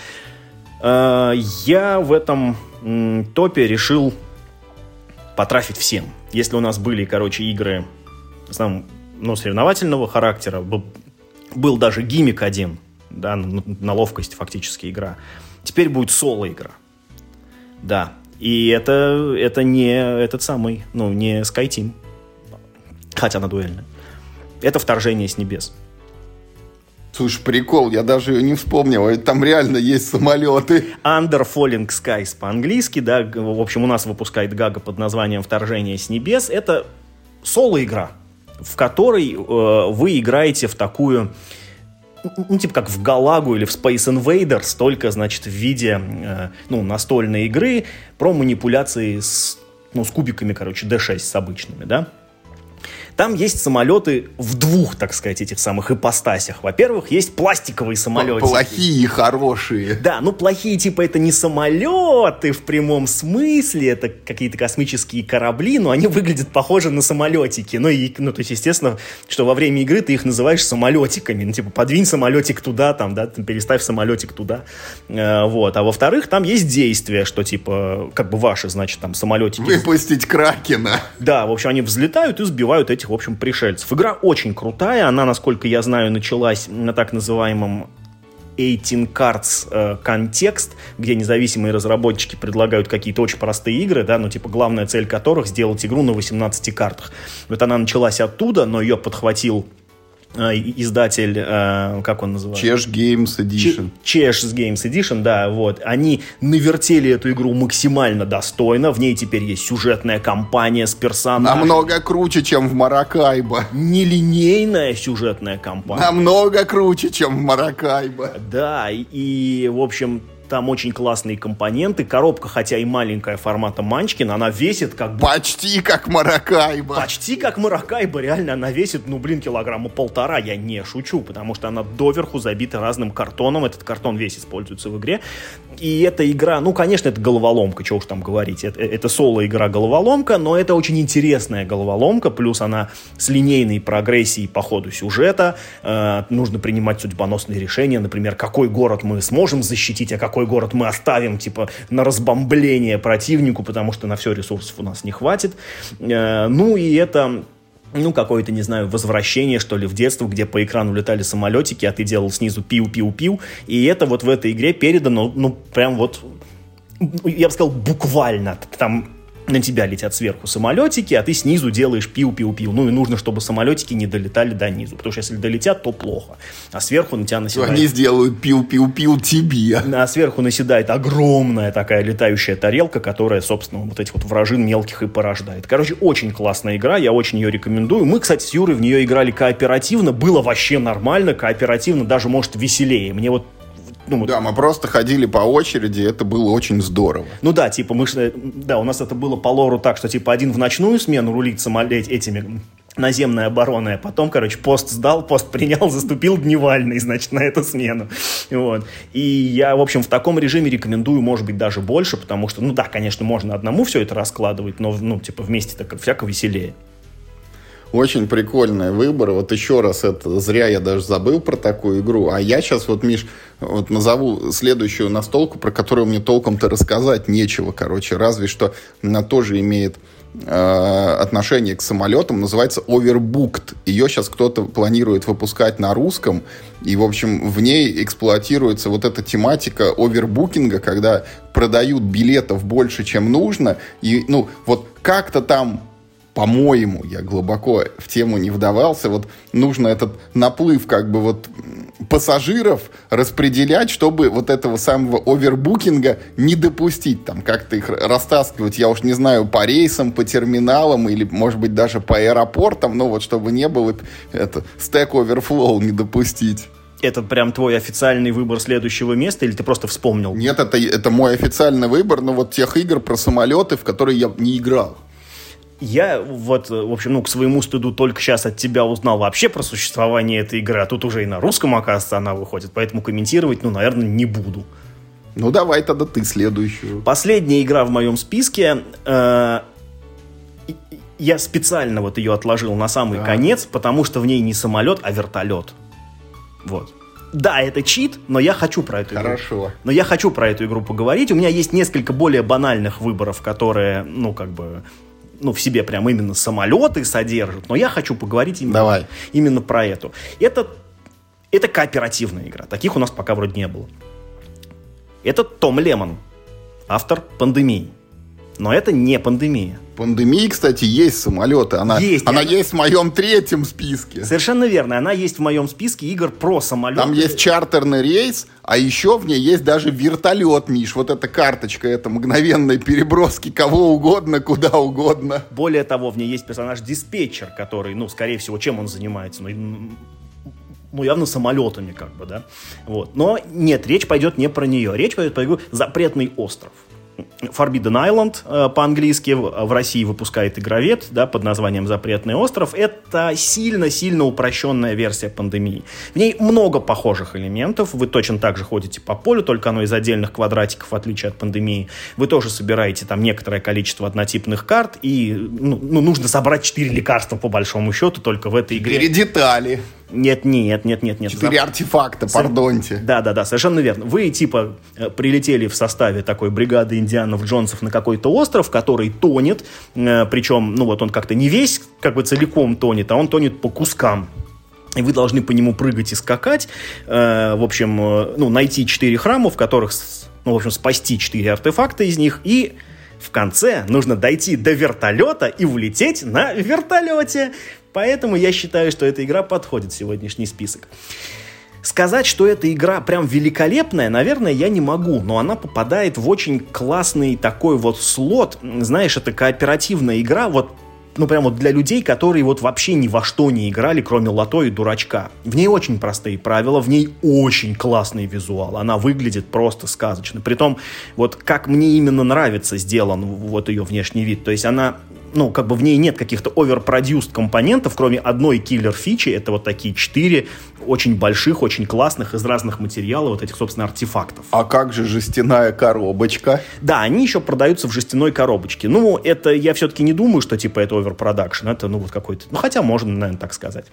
Я в этом топе решил потрафить всем. Если у нас были, короче, игры в основном, ну, соревновательного характера, был, был даже гиммик один, да, на, на ловкость фактически игра. Теперь будет соло-игра. Да. И это, это не этот самый, ну, не SkyTeam. Хотя она дуэльная. Это «Вторжение с небес». Слушай, прикол, я даже ее не вспомнил, ведь там реально есть самолеты. Under Falling Skies по-английски, да, в общем, у нас выпускает Гага под названием «Вторжение с небес». Это соло-игра, в которой э, вы играете в такую, ну, типа как в Галагу или в Space Invaders, только, значит, в виде, э, ну, настольной игры про манипуляции с, ну, с кубиками, короче, ди шесть с обычными, да. Там есть самолеты в двух, так сказать, этих самых ипостасях. Во-первых, есть пластиковые самолетики. Плохие и хорошие. Да, ну плохие типа это не самолеты в прямом смысле, это какие-то космические корабли, но они выглядят похоже на самолетики. Ну, и, ну, то есть, естественно, что во время игры ты их называешь самолетиками. Ну, типа, подвинь самолетик туда, там, да, переставь самолетик туда. Э, вот. А во-вторых, там есть действия, что типа, как бы ваши, значит, там самолетики. Выпустить Кракена. Да, в общем, они взлетают и сбивают этих, в общем, пришельцев. Игра очень крутая, она, насколько я знаю, началась на так называемом eighteen cards э, контекст, где независимые разработчики предлагают какие-то очень простые игры, да, ну, типа, главная цель которых сделать игру на восемнадцати картах. Вот она началась оттуда, но ее подхватил издатель, э, как он называется? Чеш Games Edition. Чеш Games Edition, да, вот. Они навертели эту игру максимально достойно. В ней теперь есть сюжетная кампания с персонажами. Намного круче, чем в Маракайбо. Нелинейная сюжетная кампания. Намного круче, чем в Маракайбо. Да, и, и в общем... Там очень классные компоненты. Коробка, хотя и маленькая, формата Манчкин, она весит как... Почти как Маракайбо. Почти как Маракайбо. Реально она весит, ну, блин, килограмма полтора. Я не шучу, потому что она доверху забита разным картоном. Этот картон весь используется в игре. И эта игра, ну, конечно, это головоломка, чего уж там говорить. Это, это соло-игра головоломка, но это очень интересная головоломка. Плюс она с линейной прогрессией по ходу сюжета. Э, нужно принимать судьбоносные решения. Например, какой город мы сможем защитить, а какой город мы оставим, типа, на разбомбление противнику, потому что на все ресурсов у нас не хватит. Э, ну, и это... Ну, какое-то, не знаю, возвращение, что ли, в детство, где по экрану летали самолетики, а ты делал снизу пиу-пиу-пиу. И это вот в этой игре передано, ну, прям вот, я бы сказал, буквально. Там на тебя летят сверху самолетики, а ты снизу делаешь пиу-пиу-пиу. Ну, и нужно, чтобы самолетики не долетали до низу. Потому что если долетят, то плохо. А сверху на тебя наседает... Они сделают пиу-пиу-пиу тебе. А сверху наседает огромная такая летающая тарелка, которая, собственно, вот этих вот вражин мелких и порождает. Короче, очень классная игра, я очень ее рекомендую. Мы, кстати, с Юрой в нее играли кооперативно. Было вообще нормально, кооперативно, даже, может, веселее. Мне вот Ну, да, мы просто ходили по очереди, это было очень здорово. Ну да, типа, мы, да, у нас это было по лору так, что типа один в ночную смену рулит самолет этими наземной обороной, а потом, короче, пост сдал, пост принял, заступил дневальный, значит, на эту смену. Вот. И я, в общем, в таком режиме рекомендую, может быть, даже больше, потому что, ну да, конечно, можно одному все это раскладывать, но, ну, типа, вместе так всяко веселее. Очень прикольный выбор. Вот еще раз, это зря я даже забыл про такую игру. А я сейчас вот, Миш, вот назову следующую настолку, про которую мне толком-то рассказать нечего, короче. Разве что она тоже имеет э, отношение к самолетам. Называется Overbooked. Ее сейчас кто-то планирует выпускать на русском. И, в общем, в ней эксплуатируется вот эта тематика овербукинга, когда продают билетов больше, чем нужно. И, ну, вот как-то там... По-моему, я глубоко в тему не вдавался, вот нужно этот наплыв как бы вот пассажиров распределять, чтобы вот этого самого овербукинга не допустить, там как-то их растаскивать, я уж не знаю, по рейсам, по терминалам или, может быть, даже по аэропортам, но вот чтобы не было это stack overflow не допустить. Это прям твой официальный выбор следующего места, или ты просто вспомнил? Нет, это, это мой официальный выбор, но вот тех игр про самолеты, в которые я не играл. Я вот, в общем, ну, к своему стыду только сейчас от тебя узнал вообще про существование этой игры, а тут уже и на русском, оказывается, она выходит, поэтому комментировать, ну, наверное, не буду. Ну, давай тогда ты следующую. Последняя игра в моем списке, э, я специально вот ее отложил на самый а. конец, потому что в ней не самолет, а вертолет. Вот. Да, это чит, но я хочу про эту Хорошо. игру. Но я хочу про эту игру поговорить. У меня есть несколько более банальных выборов, которые, ну, как бы... ну, в себе прям именно самолеты содержат, но я хочу поговорить именно, Давай. именно про эту. Это, это кооперативная игра. Таких у нас пока вроде не было. Это Том Лемон, автор «Пандемии». Но это не «Пандемия». «Пандемии», кстати, есть самолеты. Она есть, она она есть в моем третьем списке. Совершенно верно. Она есть в моем списке игр про самолеты. Там есть чартерный рейс, а еще в ней есть даже вертолет, Миш. Вот эта карточка, это мгновенной переброски кого угодно, куда угодно. Более того, в ней есть персонаж-диспетчер, который, ну, скорее всего, чем он занимается? Ну, ну, явно самолетами, как бы, да. Вот. Но нет, речь пойдет не про нее. Речь пойдет про игру «Запретный остров». Forbidden Island э, по-английски в, в России выпускает игровед, да, под названием «Запретный остров». Это это сильно-сильно упрощенная версия пандемии. В ней много похожих элементов. Вы точно так же ходите по полю, только оно из отдельных квадратиков, в отличие от пандемии. Вы тоже собираете там некоторое количество однотипных карт, и ну, ну, нужно собрать четыре лекарства по большому счету только в этой игре. Четыре детали. Нет, нет, нет, нет, нет. Четыре артефакта, пардоньте. Да, да, да, совершенно верно. Вы, типа, прилетели в составе такой бригады Индианов Джонсов на какой-то остров, который тонет, причем, ну, вот он как-то не весь, как бы целиком тонет, а он тонет по кускам. И вы должны по нему прыгать и скакать. В общем, ну, найти четыре храма, в которых, ну, в общем, спасти четыре артефакта из них, и в конце нужно дойти до вертолета и улететь на вертолете. Поэтому я считаю, что эта игра подходит в сегодняшний список. Сказать, что эта игра прям великолепная, наверное, я не могу, но она попадает в очень классный такой вот слот. Знаешь, это кооперативная игра, вот, ну прям вот для людей, которые вот вообще ни во что не играли, кроме лото и дурачка. В ней очень простые правила, в ней очень классный визуал, она выглядит просто сказочно. Притом, вот как мне именно нравится сделан вот ее внешний вид, то есть она... Ну, как бы в ней нет каких-то overproduced компонентов, кроме одной киллер-фичи. Это вот такие четыре очень больших, очень классных, из разных материалов, вот этих, собственно, артефактов. А как же жестяная коробочка? Да, они еще продаются в жестяной коробочке. Ну, это я все-таки не думаю, что типа это overproduction. Это, ну, вот какой-то... Ну, хотя можно, наверное, так сказать.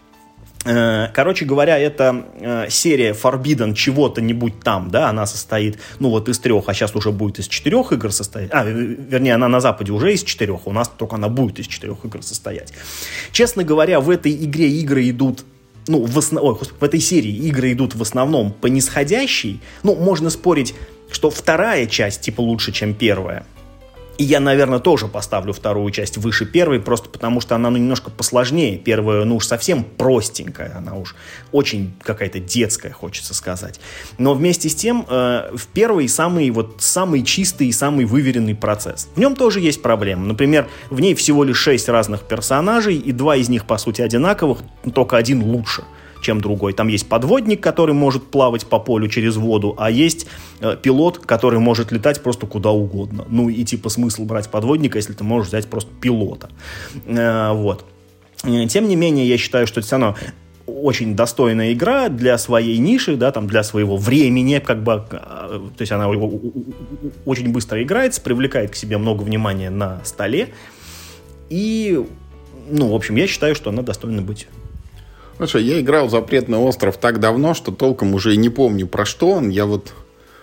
Короче говоря, это э, серия Forbidden чего-то-нибудь там, да, она состоит, ну, вот из трех, а сейчас уже будет из четырех игр состоять. А, вернее, она на Западе уже из четырех, у нас только она будет из четырех игр состоять. Честно говоря, в этой игре игры идут, ну, в, основ... Ой, в этой серии игры идут в основном по нисходящей. Ну, можно спорить, что вторая часть, типа, лучше, чем первая. И я, наверное, тоже поставлю вторую часть выше первой, просто потому что она, ну, немножко посложнее. Первая, ну, уж совсем простенькая, она уж очень какая-то детская, хочется сказать. Но вместе с тем, э, в первой самый, вот, самый чистый и самый выверенный процесс. В нем тоже есть проблемы. Например, в ней всего лишь шесть разных персонажей, и два из них, по сути, одинаковых, только один лучше, чем другой. Там есть подводник, который может плавать по полю через воду, а есть э, пилот, который может летать просто куда угодно. Ну и типа смысл брать подводника, если ты можешь взять просто пилота. Э, вот. Тем не менее, я считаю, что это все равно очень достойная игра для своей ниши, да, там, для своего времени, как бы, то есть она очень быстро играется, привлекает к себе много внимания на столе. И, ну, в общем, я считаю, что она достойна быть. Слушай, я играл в «Запретный остров» так давно, что толком уже и не помню, про что он. Я вот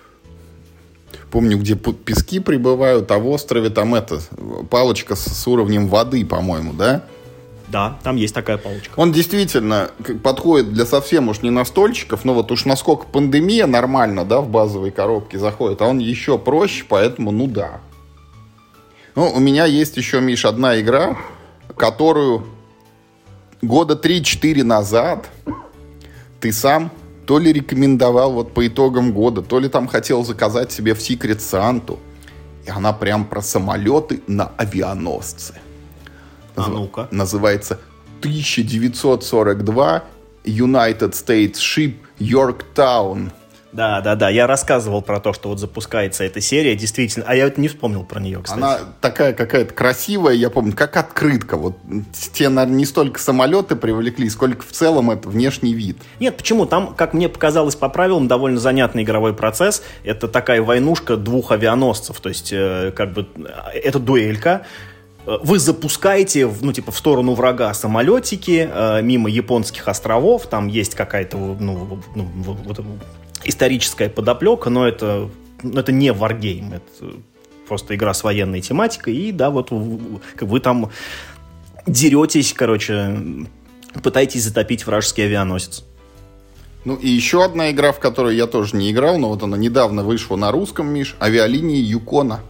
помню, где пески прибывают, а в острове там это, палочка с уровнем воды, по-моему, да? Да, там есть такая палочка. Он действительно подходит для совсем уж не настольщиков, но вот уж насколько пандемия нормально, да, в базовой коробке заходит, а он еще проще, поэтому, ну да. Ну, у меня есть еще, Миш, одна игра, которую... Года три-четыре назад ты сам то ли рекомендовал вот по итогам года, то ли там хотел заказать себе в Secret Santa. И она прям про самолеты на авианосце. А ну-ка. Называется тысяча девятьсот сорок два United States Ship Yorktown. Да, да, да, я рассказывал про то, что вот запускается эта серия, действительно, а я вот не вспомнил про нее, кстати. Она такая какая-то красивая, я помню, как открытка. Вот те, наверное, не столько самолеты привлекли, сколько в целом это внешний вид. Нет, почему? Там, как мне показалось по правилам, довольно занятный игровой процесс. Это такая войнушка двух авианосцев, то есть, э, как бы, это дуэлька. Вы запускаете, ну, типа, в сторону врага самолетики э, мимо японских островов, там есть какая-то, ну, ну вот, историческая подоплека, но это, это не варгейм, это просто игра с военной тематикой, и да, вот вы там деретесь, короче, пытаетесь затопить вражеский авианосец. Ну и еще одна игра, в которую я тоже не играл, но вот она недавно вышла на русском, Миш, «Авиалинии Юкона».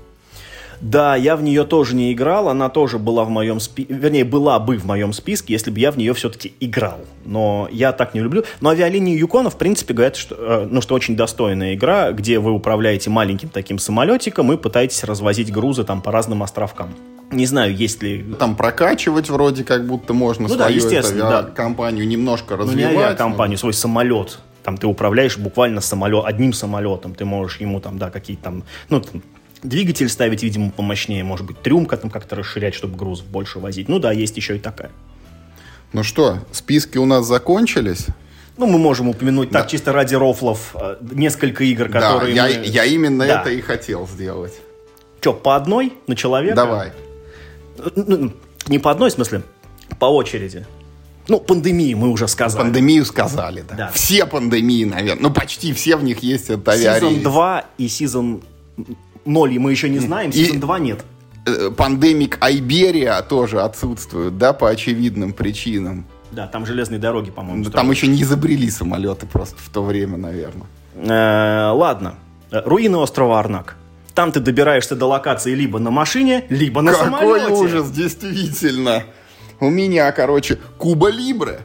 Да, я в нее тоже не играл, она тоже была в моем списке, вернее, была бы в моем списке, если бы я в нее все-таки играл, но я так не люблю. Но «Авиалинии Юкона», в принципе, говорят, что, ну, что очень достойная игра, где вы управляете маленьким таким самолетиком и пытаетесь развозить грузы там по разным островкам. Не знаю, есть ли... Там прокачивать вроде как будто можно, ну, свою да, эту авиакомпанию да. немножко развивать. Ну, не авиакомпанию, но... свой самолет. Там ты управляешь буквально самолет, одним самолетом. Ты можешь ему там, да, какие-то там... Ну, там, двигатель ставить, видимо, помощнее, может быть, трюм там как-то расширять, чтобы груз больше возить. Ну да, есть еще и такая. Ну что, списки у нас закончились? Ну, мы можем упомянуть да. так, чисто ради рофлов, несколько игр, которые да, мы... я, я именно да. это и хотел сделать. Че, по одной на человека? Давай. Ну, не по одной, в смысле, по очереди. Ну, пандемии мы уже сказали. Пандемию сказали, да. да. Все пандемии, наверное. Ну, почти все в них есть от авиарейс. Сезон два и сезон ноль мы еще не знаем, сезон два нет. Пандемик Айберия тоже отсутствует, да, по очевидным причинам. Да, там железные дороги, по-моему, строят. Там еще не изобрели самолеты просто в то время, наверное. Э-э, ладно. Руины острова Арнак. Там ты добираешься до локации либо на машине, либо на Какой самолете. Какой ужас, действительно. У меня, короче, Куба Либре.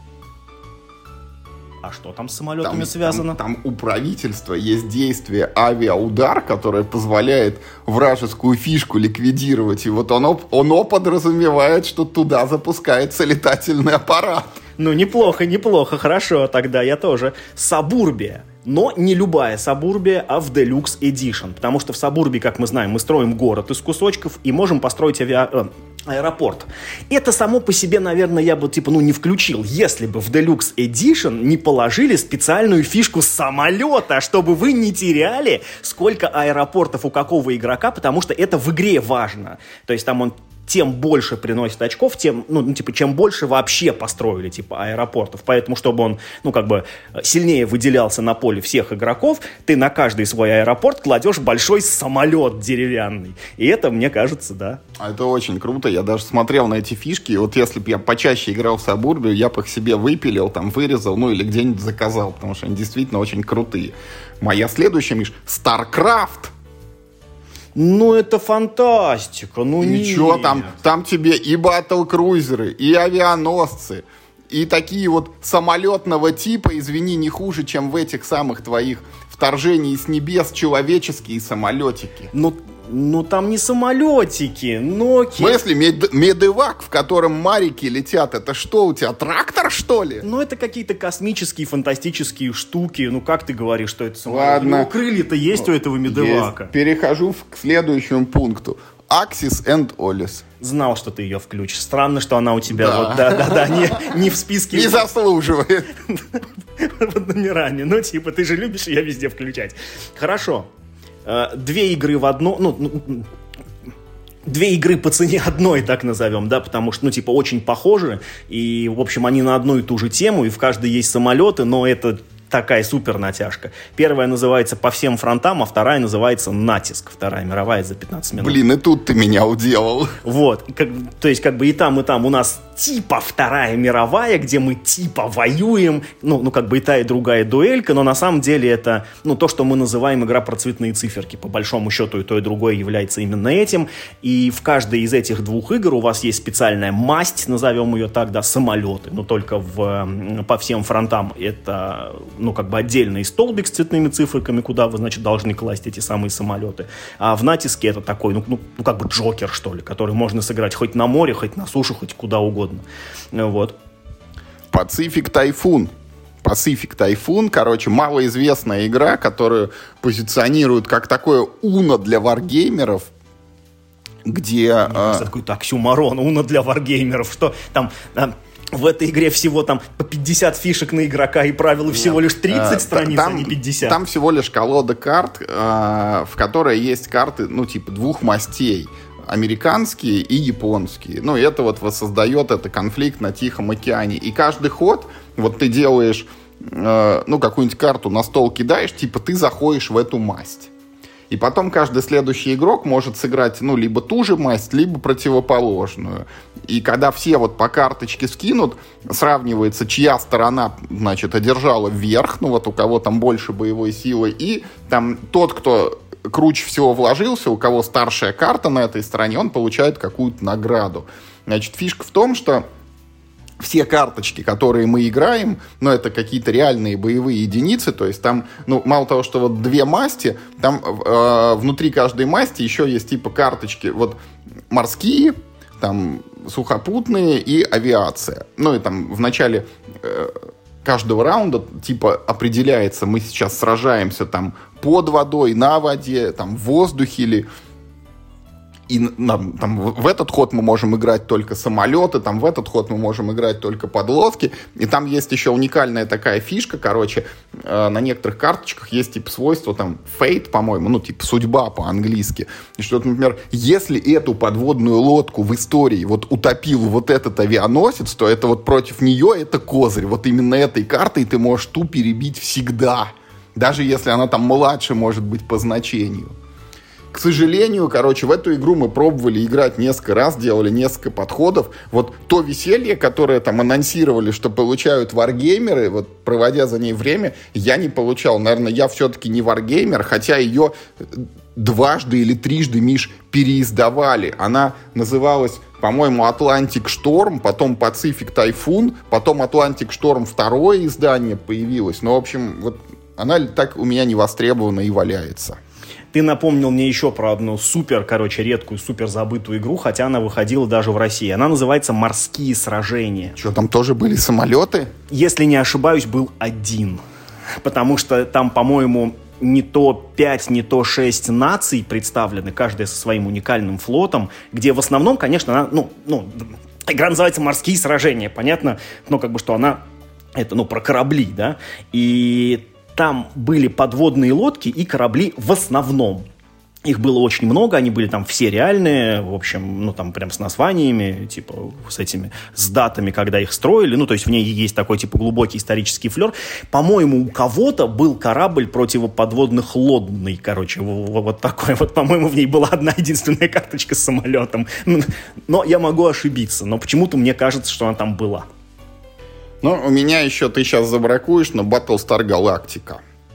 А что там с самолетами там, связано? Там, там у правительства есть действие авиаудар, которое позволяет вражескую фишку ликвидировать. И вот оно, оно подразумевает, что туда запускается летательный аппарат. Ну, неплохо, неплохо, хорошо, тогда я тоже. Сабурбия. Но не любая Сабурбия, а в Deluxe Edition. Потому что в Сабурбии, как мы знаем, мы строим город из кусочков и можем построить авиа... э, аэропорт. Это само по себе, наверное, я бы типа, ну, не включил, если бы в Deluxe Edition не положили специальную фишку самолета, чтобы вы не теряли, сколько аэропортов у какого игрока, потому что это в игре важно. То есть там он тем больше приносит очков, тем, ну, ну, типа, чем больше вообще построили, типа, аэропортов. Поэтому, чтобы он, ну, как бы, сильнее выделялся на поле всех игроков, ты на каждый свой аэропорт кладешь большой самолет деревянный. И это, мне кажется, да. Это очень круто. Я даже смотрел на эти фишки. И вот если бы я почаще играл в Сабурбию, я бы их себе выпилил, там, вырезал, ну, или где-нибудь заказал, потому что они действительно очень крутые. Моя следующая, Миш, StarCraft. Ну, это фантастика, ну нет. И чё там? Там тебе и батл-крузеры, и авианосцы, и такие вот самолетного типа, извини, не хуже, чем в этих самых твоих вторжений с небес человеческие самолетики. Ну, ну там не самолетики, Nokia. В смысле, мед- медевак, в котором марики летят, это что у тебя, трактор, что ли? Ну, это какие-то космические, фантастические штуки. Ну, как ты говоришь, что это самолет? Ладно. Ну, крылья-то есть у этого медевака. Есть. Перехожу к следующему пункту. Axis and Olis. Знал, что ты ее включишь. Странно, что она у тебя да. вот, да-да-да, не, не в списке. Не заслуживает. Под номерами. Ну, типа, ты же любишь ее везде включать. Хорошо. Две игры в одно... Ну, две игры по цене одной, так назовем, да, потому что, ну, типа, очень похожи, и, в общем, они на одну и ту же тему, и в каждой есть самолеты, но это такая супер натяжка. Первая называется «По всем фронтам», а вторая называется «Натиск». Вторая мировая за пятнадцать минут. Блин, и тут ты меня уделал. Вот. Как, то есть, как бы и там, и там у нас типа Вторая мировая, где мы типа воюем. Ну, ну как бы и та, и другая дуэлька, но на самом деле это, ну, то, что мы называем игра про цветные циферки. По большому счету и то, и другое является именно этим. И в каждой из этих двух игр у вас есть специальная масть, назовем ее так, да, самолеты. Но только в, по всем фронтам это, ну, как бы отдельный столбик с цветными циферками, куда вы, значит, должны класть эти самые самолеты. А в натиске это такой, ну, ну, ну как бы Джокер, что ли, который можно сыграть хоть на море, хоть на суше, хоть куда угодно. Вот. Pacific Typhoon. Pacific Typhoon, короче, малоизвестная игра, которую позиционируют как такое уно для варгеймеров, где... Мне кажется, какой-то оксюмарон, уно для варгеймеров, что там... В этой игре всего там по пятьдесят фишек на игрока и правила всего лишь тридцать страниц, там, а не пятьдесят. Там всего лишь колода карт, э, в которой есть карты, ну, типа, двух мастей. Американские и японские. Ну, и это вот воссоздает это конфликт на Тихом океане. И каждый ход, вот ты делаешь, э, ну, какую-нибудь карту на стол кидаешь, типа, ты заходишь в эту масть. И потом каждый следующий игрок может сыграть, ну, либо ту же масть, либо противоположную. И когда все вот по карточке скинут, сравнивается, чья сторона, значит, одержала вверх, ну, вот у кого там больше боевой силы, и там тот, кто круче всего вложился, у кого старшая карта на этой стороне, он получает какую-то награду. Значит, фишка в том, что все карточки, которые мы играем, ну, это какие-то реальные боевые единицы, то есть там, ну, мало того, что вот две масти, там э, внутри каждой масти еще есть типа карточки, вот морские, там сухопутные и авиация. Ну, и там в начале э, каждого раунда типа определяется, мы сейчас сражаемся там под водой, на воде, там в воздухе или... и нам, там, в этот ход мы можем играть только самолеты, там, в этот ход мы можем играть только подлодки. И там есть еще уникальная такая фишка, короче, э, на некоторых карточках есть типа свойство, там, fate, по-моему, ну, типа судьба по-английски. И что, например, если эту подводную лодку в истории вот утопил вот этот авианосец, то это вот против нее это козырь. Вот именно этой картой ты можешь ту перебить всегда. Даже если она там младше может быть по значению. К сожалению, короче, в эту игру мы пробовали играть несколько раз, делали несколько подходов. Вот то веселье, которое там анонсировали, что получают варгеймеры, вот проводя за ней время, я не получал. Наверное, я все-таки не варгеймер, хотя ее дважды или трижды, Миш, переиздавали. Она называлась, по-моему, Atlantic Storm, потом Pacific Typhoon, потом Atlantic Storm второе издание появилось. Ну, в общем, вот она так у меня не востребована и валяется. Ты напомнил мне еще про одну супер, короче, редкую, супер забытую игру, хотя она выходила даже в России. Она называется «Морские сражения». Что, там тоже были самолеты? Если не ошибаюсь, был один. Потому что там, по-моему, не то пять, не то шесть наций представлены, каждая со своим уникальным флотом, где в основном, конечно, она, ну, ну, игра называется «Морские сражения». Понятно, ну, как бы, что она, это, ну, про корабли, да, и там были подводные лодки и корабли в основном. Их было очень много, они были там все реальные, в общем, ну там прям с названиями, типа с этими, с датами, когда их строили, ну то есть в ней есть такой типа глубокий исторический флер. По-моему, у кого-то был корабль противоподводных лодный, короче, вот такой вот, по-моему, в ней была одна единственная карточка с самолетом. Но я могу ошибиться, но почему-то мне кажется, что она там была. Ну, у меня еще, ты сейчас забракуешь, но Battlestar Galactica.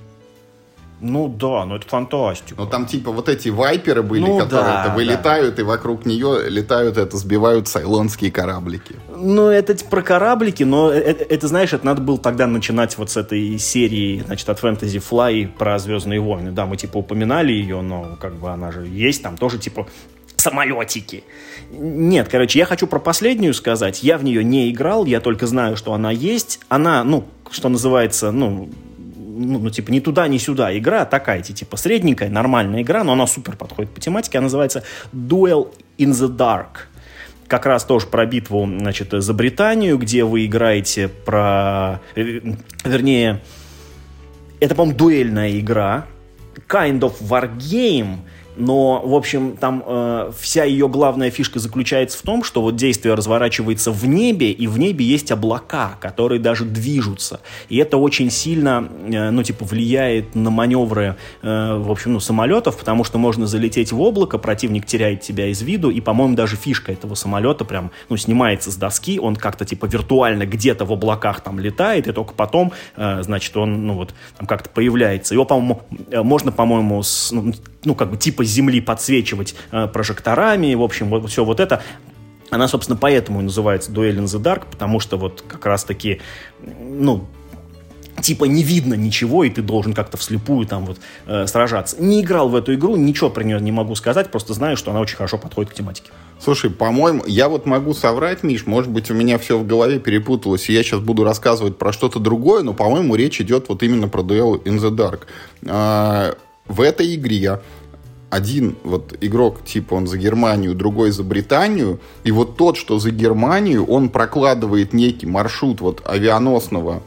Ну да, ну это фантастика. Ну там типа вот эти вайперы были, ну, которые да, вылетают, да. И вокруг нее летают, это сбивают сайлонские кораблики. Ну это про кораблики, но это, это, знаешь, это надо было тогда начинать вот с этой серии, значит, от Fantasy Fly про Звездные войны. Да, мы типа упоминали ее, но как бы она же есть, там тоже типа самолетики. Нет, короче, я хочу про последнюю сказать. Я в нее не играл, я только знаю, что она есть. Она, ну, что называется, ну, ну, ну типа, ни туда, ни сюда игра. Такая, типа, средненькая, нормальная игра, но она супер подходит по тематике. Она называется Duel in the Dark. Как раз тоже про битву, значит, за Британию, где вы играете про... Вернее, это, по-моему, дуэльная игра. Kind of wargame. Но, в общем, там э, вся ее главная фишка заключается в том, что вот действие разворачивается в небе, и в небе есть облака, которые даже движутся. И это очень сильно, э, ну, типа, влияет на маневры, э, в общем, ну, самолетов, потому что можно залететь в облако, противник теряет тебя из виду, и, по-моему, даже фишка этого самолета прям, ну, снимается с доски, он как-то, типа, виртуально где-то в облаках там летает, и только потом, э, значит, он, ну, вот, там как-то появляется. Его, по-моему, можно, по-моему, с, ну, ну, как бы, типа, с земли подсвечивать э, прожекторами, в общем, вот все вот это. Она, собственно, поэтому и называется Duel in the Dark, потому что вот как раз-таки, ну, типа не видно ничего, и ты должен как-то вслепую там вот э, сражаться. Не играл в эту игру, ничего про нее не могу сказать, просто знаю, что она очень хорошо подходит к тематике. Слушай, по-моему, я вот могу соврать, Миш, может быть, у меня все в голове перепуталось, и я сейчас буду рассказывать про что-то другое, но, по-моему, речь идет вот именно про Duel in the Dark. А, в этой игре один вот игрок, типа он за Германию, другой за Британию, и вот тот, что за Германию, он прокладывает некий маршрут вот авианосного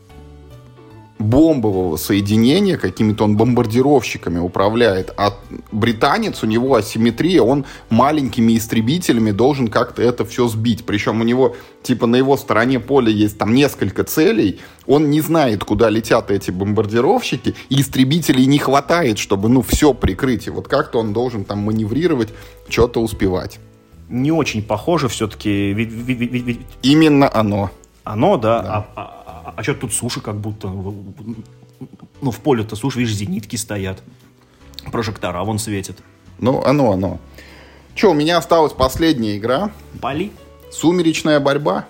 бомбового соединения, какими-то он бомбардировщиками управляет, а британец, у него асимметрия, он маленькими истребителями должен как-то это все сбить. Причем у него, типа, на его стороне поля есть там несколько целей, он не знает, куда летят эти бомбардировщики, и истребителей не хватает, чтобы, ну, все прикрыть. И вот как-то он должен там маневрировать, что-то успевать. Не очень похоже все-таки. Именно оно. Оно, да. да. А, а, а что тут суши как будто? Ну, в поле-то суши, видишь, зенитки стоят. Прожектора вон светят. Ну, оно, оно. Че, у меня осталась последняя игра. Пали. Сумеречная борьба.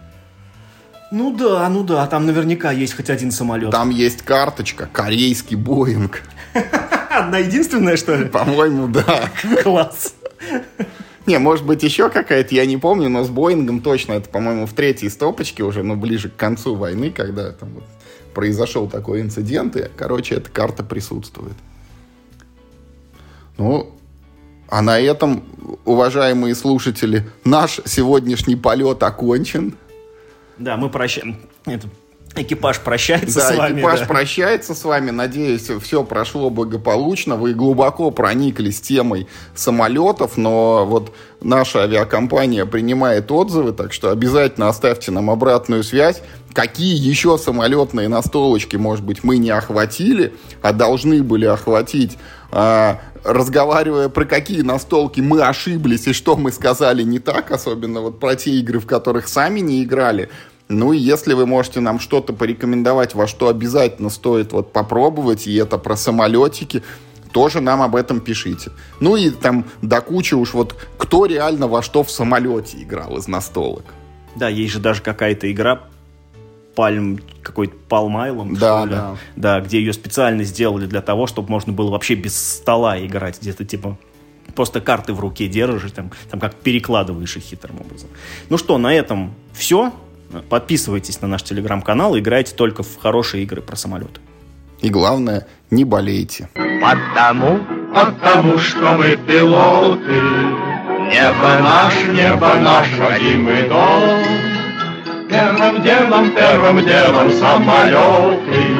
Ну да, ну да, там наверняка есть хоть один самолет. Там есть карточка, корейский Боинг. Одна единственная, что ли? По-моему, да. Класс. Не, может быть, еще какая-то, я не помню, но с Боингом точно, это, по-моему, в третьей стопочке уже, ну, ближе к концу войны, когда там вот произошел такой инцидент, и, короче, эта карта присутствует. Ну, а на этом уважаемые слушатели, наш сегодняшний полет окончен. Да, мы прощаем. Это... Экипаж прощается да, с вами. Экипаж да. прощается с вами. Надеюсь, все прошло благополучно. Вы глубоко прониклись темой самолетов, но вот наша авиакомпания принимает отзывы, так что обязательно оставьте нам обратную связь. Какие еще самолетные настолочки, может быть, мы не охватили, а должны были охватить, а, разговаривая про какие настолки мы ошиблись и что мы сказали не так, особенно вот про те игры, в которых сами не играли. Ну и если вы можете нам что-то порекомендовать, во что обязательно стоит вот попробовать, и это про самолетики, тоже нам об этом пишите. Ну и там до кучи уж вот кто реально во что в самолете играл из настолок. Да, есть же даже какая-то игра Palm, какой-то Palm да, что ли? Да. Да, где ее специально сделали для того, чтобы можно было вообще без стола играть, где-то типа просто карты в руке держишь, там, там как перекладываешь их хитрым образом. Ну что, на этом все. Подписывайтесь на наш телеграм-канал и играйте только в хорошие игры про самолеты. И главное, не болейте. Потому, потому что мы пилоты. Небо наш, небо наш, родимый дом. Первым делом, первым делом самолеты.